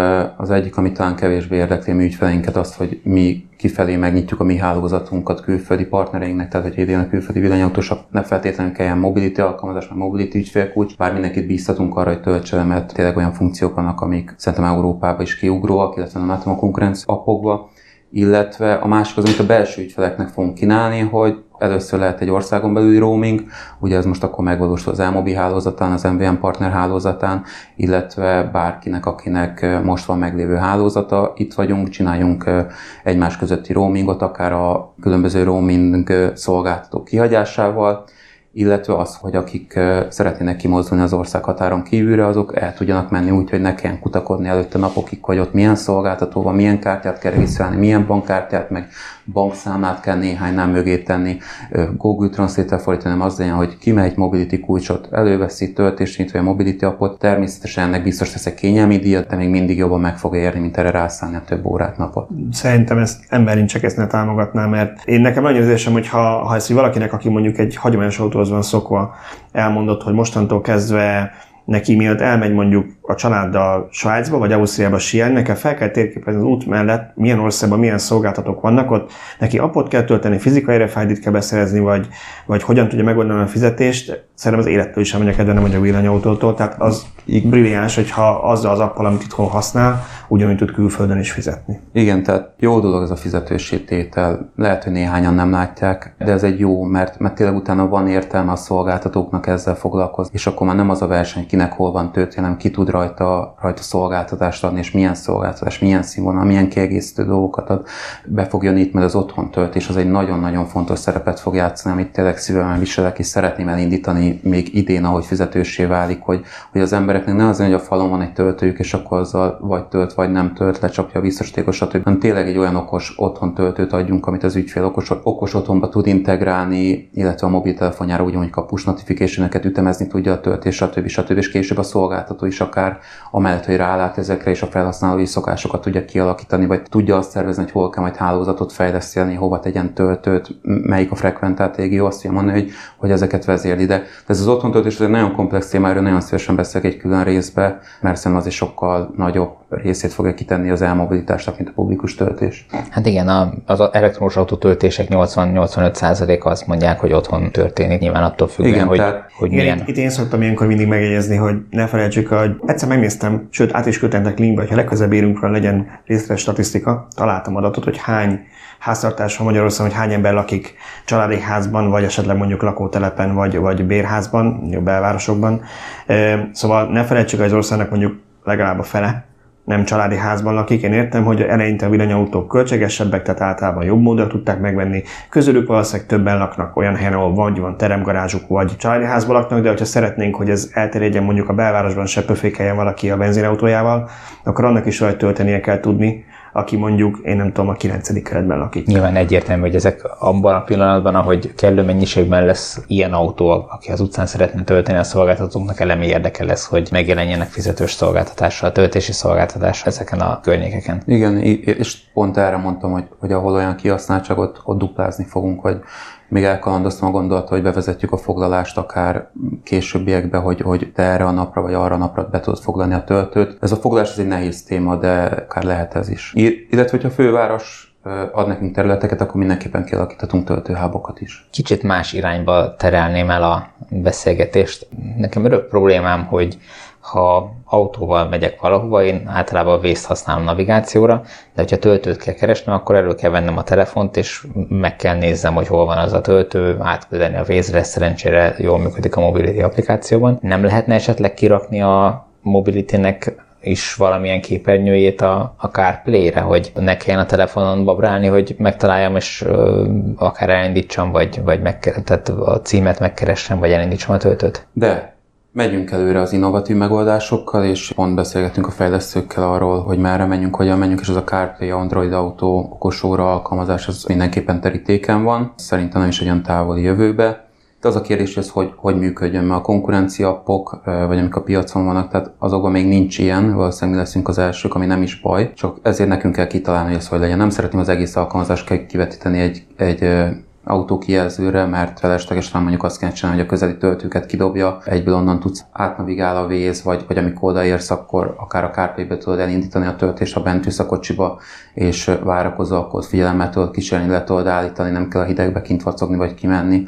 Az egyik, ami talán kevésbé érdekli a mi ügyfeleinket, azt, hogy mi kifelé megnyitjuk a mi hálózatunkat külföldi partnereinknek, tehát hogy idén a külföldi villanyautósok ne feltétlenül kelljen mobility alkalmazás, vagy mobility ügyfélkulcs, bár mindenkit bíztatunk arra, hogy töltse, mert tényleg olyan funkciók vannak, amik szerintem Európában is kiugróak, illetve nem látom a konkurenc appokba. Illetve a másik az, amit a belső ügyfeleknek fogunk kínálni, hogy először lehet egy országon belüli roaming, ugye ez most akkor megvalósul az elmobi hálózatán, az em vé em partner hálózatán, illetve bárkinek, akinek most van meglévő hálózata, itt vagyunk, csináljunk egymás közötti roamingot, akár a különböző roaming szolgáltatók kihagyásával, illetve az, hogy akik szeretnének kimozdulni az ország határon kívülre, azok el tudjanak menni úgy, hogy ne kelljen kutakodni előtte napokig, hogy ott milyen szolgáltató van, milyen kártyát kell regisztrálni, milyen bankkártyát, meg bankszámlát kell néhánynál mögé tenni, Google Translate-tel fordítani, nem az legyen, hogy kimegy mobility kulcsot, előveszi, töltést nyit, vagy a mobility appot, természetesen ennek biztos lesz egy kényelmi díjat, de még mindig jobban meg fog érni, mint erre rászállni a több órát napot. Szerintem ezt emberincsek ezt ne támogatná, mert én nekem nagyon érzésem, hogy ha, ha ezt valakinek, aki mondjuk egy hagyományos autóhoz van szokva, elmondott, hogy mostantól kezdve neki miatt elmegy mondjuk a családdal Svájcba vagy Ausztriába síelni, nekem fel kell térképezni az út mellett, milyen országban milyen szolgáltatók vannak ott, neki appot kell tölteni, fizikai er ef i dét kell beszerezni, vagy, vagy hogyan tudja megoldani a fizetést. Szerintem az élettől is elmegy a kedve, nem mondja a villanyautótól, tehát az brilliáns, hogyha azzal az appal, amit itthon használ, ugyanúgy tud külföldön is fizetni. Igen, tehát jó dolog ez a fizetősi tétel. Lehet, hogy néhányan nem látják, de ez egy jó, mert, mert tényleg utána van értelme a szolgáltatóknak ezzel foglalkozni, és akkor már nem az a verseny, kinek hol van töltő, hanem ki tud rajta, rajta szolgáltatást adni, és milyen szolgáltatás, milyen színvonal, milyen kiegészítő dolgokat ad. Be fog jönni itt, mert az otthon töltés az egy nagyon-nagyon fontos szerepet fog játszani, amit tényleg szívemben viselek, és szeretném elindítani még idén, ahogy fizetőssé válik, hogy, hogy az embereknek ne az, hogy a falon van egy töltőjük, és akkor azzal vagy tölt, vagy nem tölt, lecsapja a biztosítékos, stb. Hanem tényleg egy olyan okos otthon töltőt adjunk, amit az ügyfél okos, okos otthonba tud integrálni, illetve a mobiltelefonjára ugyanúgy a push notification-eket ütemezni tudja a töltés, stb. stb. És később a szolgáltató is akár amellett, hogy rálát ezekre, és a felhasználói szokásokat tudja kialakítani, vagy tudja azt szervezni, hogy hol kell majd hálózatot fejleszteni, hova tegyen töltőt, melyik a frekventált régió, azt fogja mondani, hogy, hogy ezeket vezérli. De ez az otthon töltés egy nagyon komplex témáról, nagyon szívesen beszélek egy külön részbe, mert szerintem az egy sokkal nagyobb részét fogja kitenni az elmobilitásnak, mint a publikus töltés. Hát igen, a, az elektromos autótöltések nyolcvan-nyolcvanöt százaléka azt mondják, hogy otthon történik, nyilván attól függően, igen, hogy, tehát, hogy igen, milyen. Itt, itt én szoktam ilyenkor mindig megjegyezni, hogy ne felejtsük, hogy egyszer megnéztem, sőt át is kötendek linkbe, hogy ha legközelebb érünk rá, legyen részletes statisztika, találtam adatot, hogy hány háztartás van Magyarországon, hogy hány ember lakik családi házban, vagy esetleg mondjuk lakótelepen, vagy, vagy bérházban, belvárosokban. Szóval ne felejtsük, hogy az országnak mondjuk legalább a fele nem családi házban lakik. Én értem, hogy eleinte a villanyautók költségesebbek, tehát általában jobb módon tudták megvenni. Közülük valószínűleg többen laknak olyan helyen, ahol vagy van teremgarázsuk, vagy családi házban laknak, de hogyha szeretnénk, hogy ez elterjedjen mondjuk a belvárosban, se pöfékeljen valaki a benzinautójával, akkor annak is rajta töltenie kell tudni aki mondjuk, én nem tudom, a kilencedik keretben lakik. Nyilván egyértelmű, hogy ezek abban a pillanatban, ahogy kellő mennyiségben lesz ilyen autó, aki az utcán szeretne tölteni a szolgáltatóknak, elemi érdeke lesz, hogy megjelenjenek fizetős szolgáltatással, töltési szolgáltatással ezeken a környékeken. Igen, és pont erre mondtam, hogy, hogy ahol olyan kihasználtságot, ott duplázni fogunk, hogy még elkalandoztam a gondolatot, hogy bevezetjük a foglalást akár későbbiekbe, hogy, hogy te erre a napra vagy arra a napra be tudod foglalni a töltőt. Ez a foglalás ez egy nehéz téma, de akár lehet ez is. Illetve, hogyha a főváros ad nekünk területeket, akkor mindenképpen kialakíthatunk töltőhábokat is. Kicsit más irányba terelném el a beszélgetést. Nekem örök problémám, hogy ha autóval megyek valahova, én általában a Waze-t használom navigációra, de hogyha töltőt kell keresnem, akkor elő kell vennem a telefont, és meg kell nézzem, hogy hol van az a töltő, átküldeni a Waze-re, szerencsére jól működik a Mobility applikációban. Nem lehetne esetleg kirakni a Mobility-nek is valamilyen képernyőjét a, a CarPlay-re, hogy ne kelljen a telefonon babrálni, hogy megtaláljam, és ö, akár elindítsam, vagy, vagy megker- tehát a címet megkeressem, vagy elindítsam a töltőt. De megyünk előre az innovatív megoldásokkal, és pont beszélgetünk a fejlesztőkkel arról, hogy merre menjünk, hogyan menjünk, és az a CarPlay Android Auto okosóra alkalmazás az mindenképpen terítéken van. Szerintem nem is olyan távoli jövőbe. De az a kérdés, hogy ez hogy, hogy működjön, mert a konkurencia appok, vagy amik a piacon vannak, tehát azokban még nincs ilyen, valószínűleg mi leszünk az elsők, ami nem is baj, csak ezért nekünk kell kitalálni, hogy ez hogy legyen. Nem szeretném az egész alkalmazást kivetíteni egy, egy autókijelzőre, mert feleslegesen mondjuk azt kell csinálni, hogy a közeli töltőket kidobja, egyből onnan tudsz átnavigál a Waze, vagy, vagy amikor odaérsz, akkor akár a CarPlay-be tudod elindítani a töltést, ha bent ülsz a kocsiba, és várakozol, akkor figyelemmel tudod kísérni, le tudod állítani, nem kell a hidegbe kint vacogni, vagy kimenni,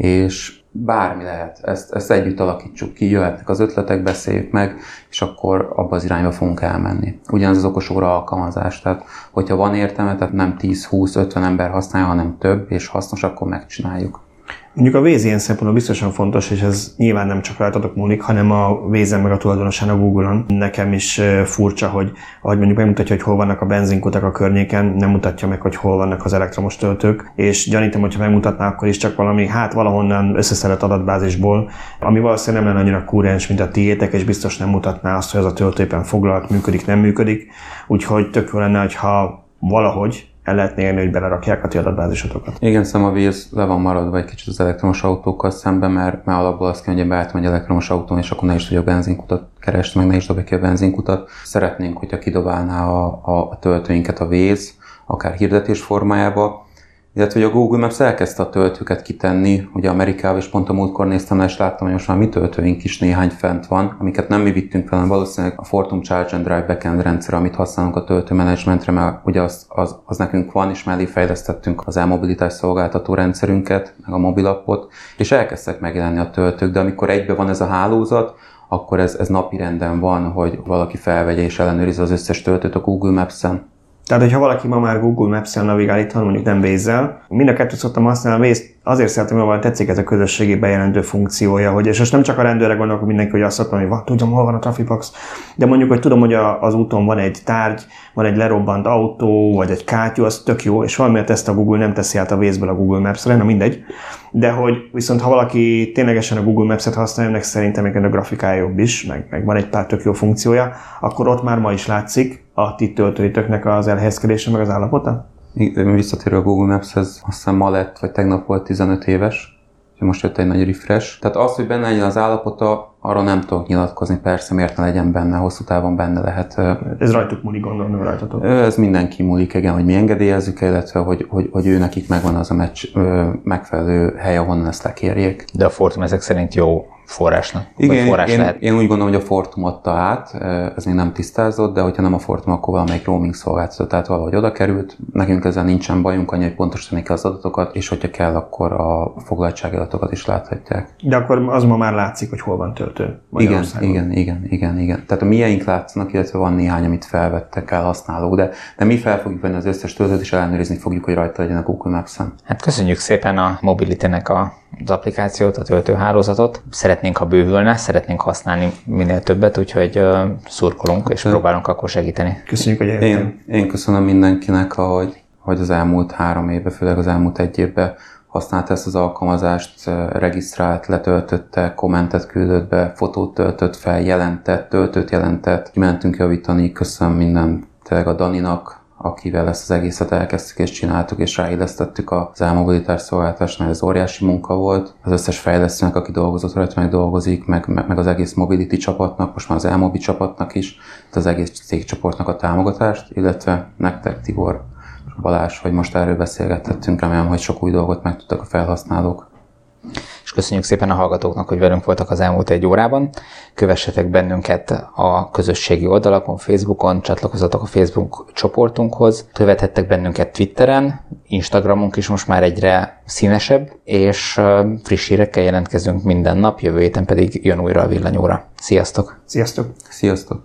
és bármi lehet. Ezt, ezt együtt alakítsuk ki, jöhetnek az ötletek, beszéljük meg, és akkor abba az irányba fogunk elmenni. Ugyanez az okosóra alkalmazás, tehát hogyha van értelme, tehát nem tíz, húsz, ötven ember használja, hanem több, és hasznos, akkor megcsináljuk. Mondjuk a Waze ilyen szempontból biztosan fontos, és ez nyilván nem csak rajtatok múlik, hanem a Waze-en meg a tulajdonosán a Google-on. Nekem is furcsa, hogy ahogy mondjuk megmutatja, hogy hol vannak a benzinkutak a környéken, nem mutatja meg, hogy hol vannak az elektromos töltők, és gyanítom, hogyha megmutatná, akkor is csak valami, hát valahonnan összeszedett adatbázisból, ami valószínűleg nem lenne annyira kúrens, mint a tiétek, és biztos nem mutatná azt, hogy az a töltő éppen foglalt, működik, nem működik. Úgyhogy tök jó lenne, hogyha valahogy el lehetne érni, hogy belerakják a ti adatbázisotokat. Igen, szóval a Waze le van maradva egy kicsit az elektromos autókkal szemben, mert, mert alapból azt kell, hogy beállítom egy elektromos autón, és akkor ne is tudja a benzinkutat keresni, meg ne is dobja ki a benzinkutat. Szeretnénk, hogyha kidobálná a, a, a töltőinket a Waze, akár hirdetés formájába, illetve hogy a Google Maps elkezdte a töltőket kitenni, ugye Amerikában, és pont a múltkor néztem, és láttam, hogy most már mi töltőink is néhány fent van, amiket nem mi vittünk fel, valószínűleg a Fortum Charge and Drive backend rendszer, amit használunk a töltőmenedzsmentre, mert ugye az, az, az nekünk van, és mellé fejlesztettünk az e-mobilitás szolgáltató rendszerünket, meg a mobilappot, és elkezdtek megjelenni a töltők, de amikor egyben van ez a hálózat, akkor ez, ez napi renden van, hogy valaki felvegye és ellenőrizze az összes töltőt a Google Maps-en. Tehát, hogyha valaki ma már Google Maps-en navigál itthon, mondjuk nem Waze-zel, mind a kettőt szoktam használni, a Waze azért szeretem, hogy tetszik ez a közösségi bejelentő funkciója, hogy, és most nem csak a rendőrre gondolok, hogy mindenki, hogy azt szoktam, hogy van, tudom, hol van a Trafipax, de mondjuk, hogy tudom, hogy a, az úton van egy tárgy, van egy lerobbant autó, vagy egy kátyú, az tök jó, és valamiért ezt a Google nem teszi át a Waze-ből a Google Maps-re, na mindegy. De hogy viszont ha valaki ténylegesen a Google Maps-et használja, ennek szerintem még a grafikája jobb is, meg, meg van egy pár tök jó funkciója, akkor ott már ma is látszik a ti töltőitöknek az elhelyezkedése, meg az állapota? Visszatérő a Google Maps-hez, azt hiszem ma lett, vagy tegnap volt tizenöt éves, és most jött egy nagy refresh. Tehát az, hogy benne legyen az állapota, arról nem tudok nyilatkozni, persze, miért ne legyen benne, hosszú távon benne lehet. Ez rajtuk múlik, gondolom, nem rajtatok. Ez mindenki múlik, igen, hogy mi engedélyezzük, illetve hogy, hogy, hogy ő nekik megvan az a meccs, megfelelő hely, ahonnan ezt lekérjék. De a Fortum ezek szerint jó forrásnak. Igen, forrás én, lehet. én úgy gondolom, hogy a Fortum adta át, ez még nem tisztázott, de hogyha nem a Fortum, akkor valamelyik roaming szolgáltató, tehát valahogy oda került. Nekünk ezzel nincsen bajunk, annyi, hogy pontosítani kell az adatokat, és hogyha kell, akkor a foglaltsági adatokat is láthatják. De akkor az ma már látszik, hogy hol van töltő. Igen, igen, igen, igen, igen. Tehát a miénk látszanak, illetve van néhány, amit felvettek el használók, de, de mi fel fogjuk venni az összes töltőt, és ellenőrizni fogjuk, hogy rajta legyen a Google Maps-en. Hát köszönjük szépen a Mobility-nek a az applikációt, a töltőhálózatot. Szeretnénk, ha bővülne, szeretnénk használni minél többet, úgyhogy uh, szurkolunk és próbálunk akkor segíteni. Köszönjük, hogy eljöttem. Én, én köszönöm mindenkinek, hogy, hogy az elmúlt három évben, főleg az elmúlt egy évben használta ezt az alkalmazást, regisztrált, letöltötte, kommentet küldött be, fotót töltött fel, jelentett, töltőt jelentett. Kimentünk javítani, köszönöm minden, tényleg a Daninak, akivel ezt az egészet elkezdtük és csináltuk, és ráillesztettük az elmobilitás szolgáltatást, mert ez óriási munka volt. Az összes fejlesztőnek, aki dolgozott rajta, meg dolgozik, meg, meg, meg az egész Mobility csapatnak, most már az Elmobi csapatnak is, tehát az egész cégcsoportnak a támogatást, illetve nektek, Tibor, Balázs, hogy most erről beszélgettettünk, remélem, hogy sok új dolgot megtudtak a felhasználók. És köszönjük szépen a hallgatóknak, hogy velünk voltak az elmúlt egy órában. Kövessetek bennünket a közösségi oldalakon, Facebookon, csatlakozzatok a Facebook csoportunkhoz, követhettek bennünket Twitteren, Instagramunk is most már egyre színesebb, és friss hírekkel jelentkezünk minden nap, jövő héten pedig jön újra a villanyóra. Sziasztok! Sziasztok! Sziasztok!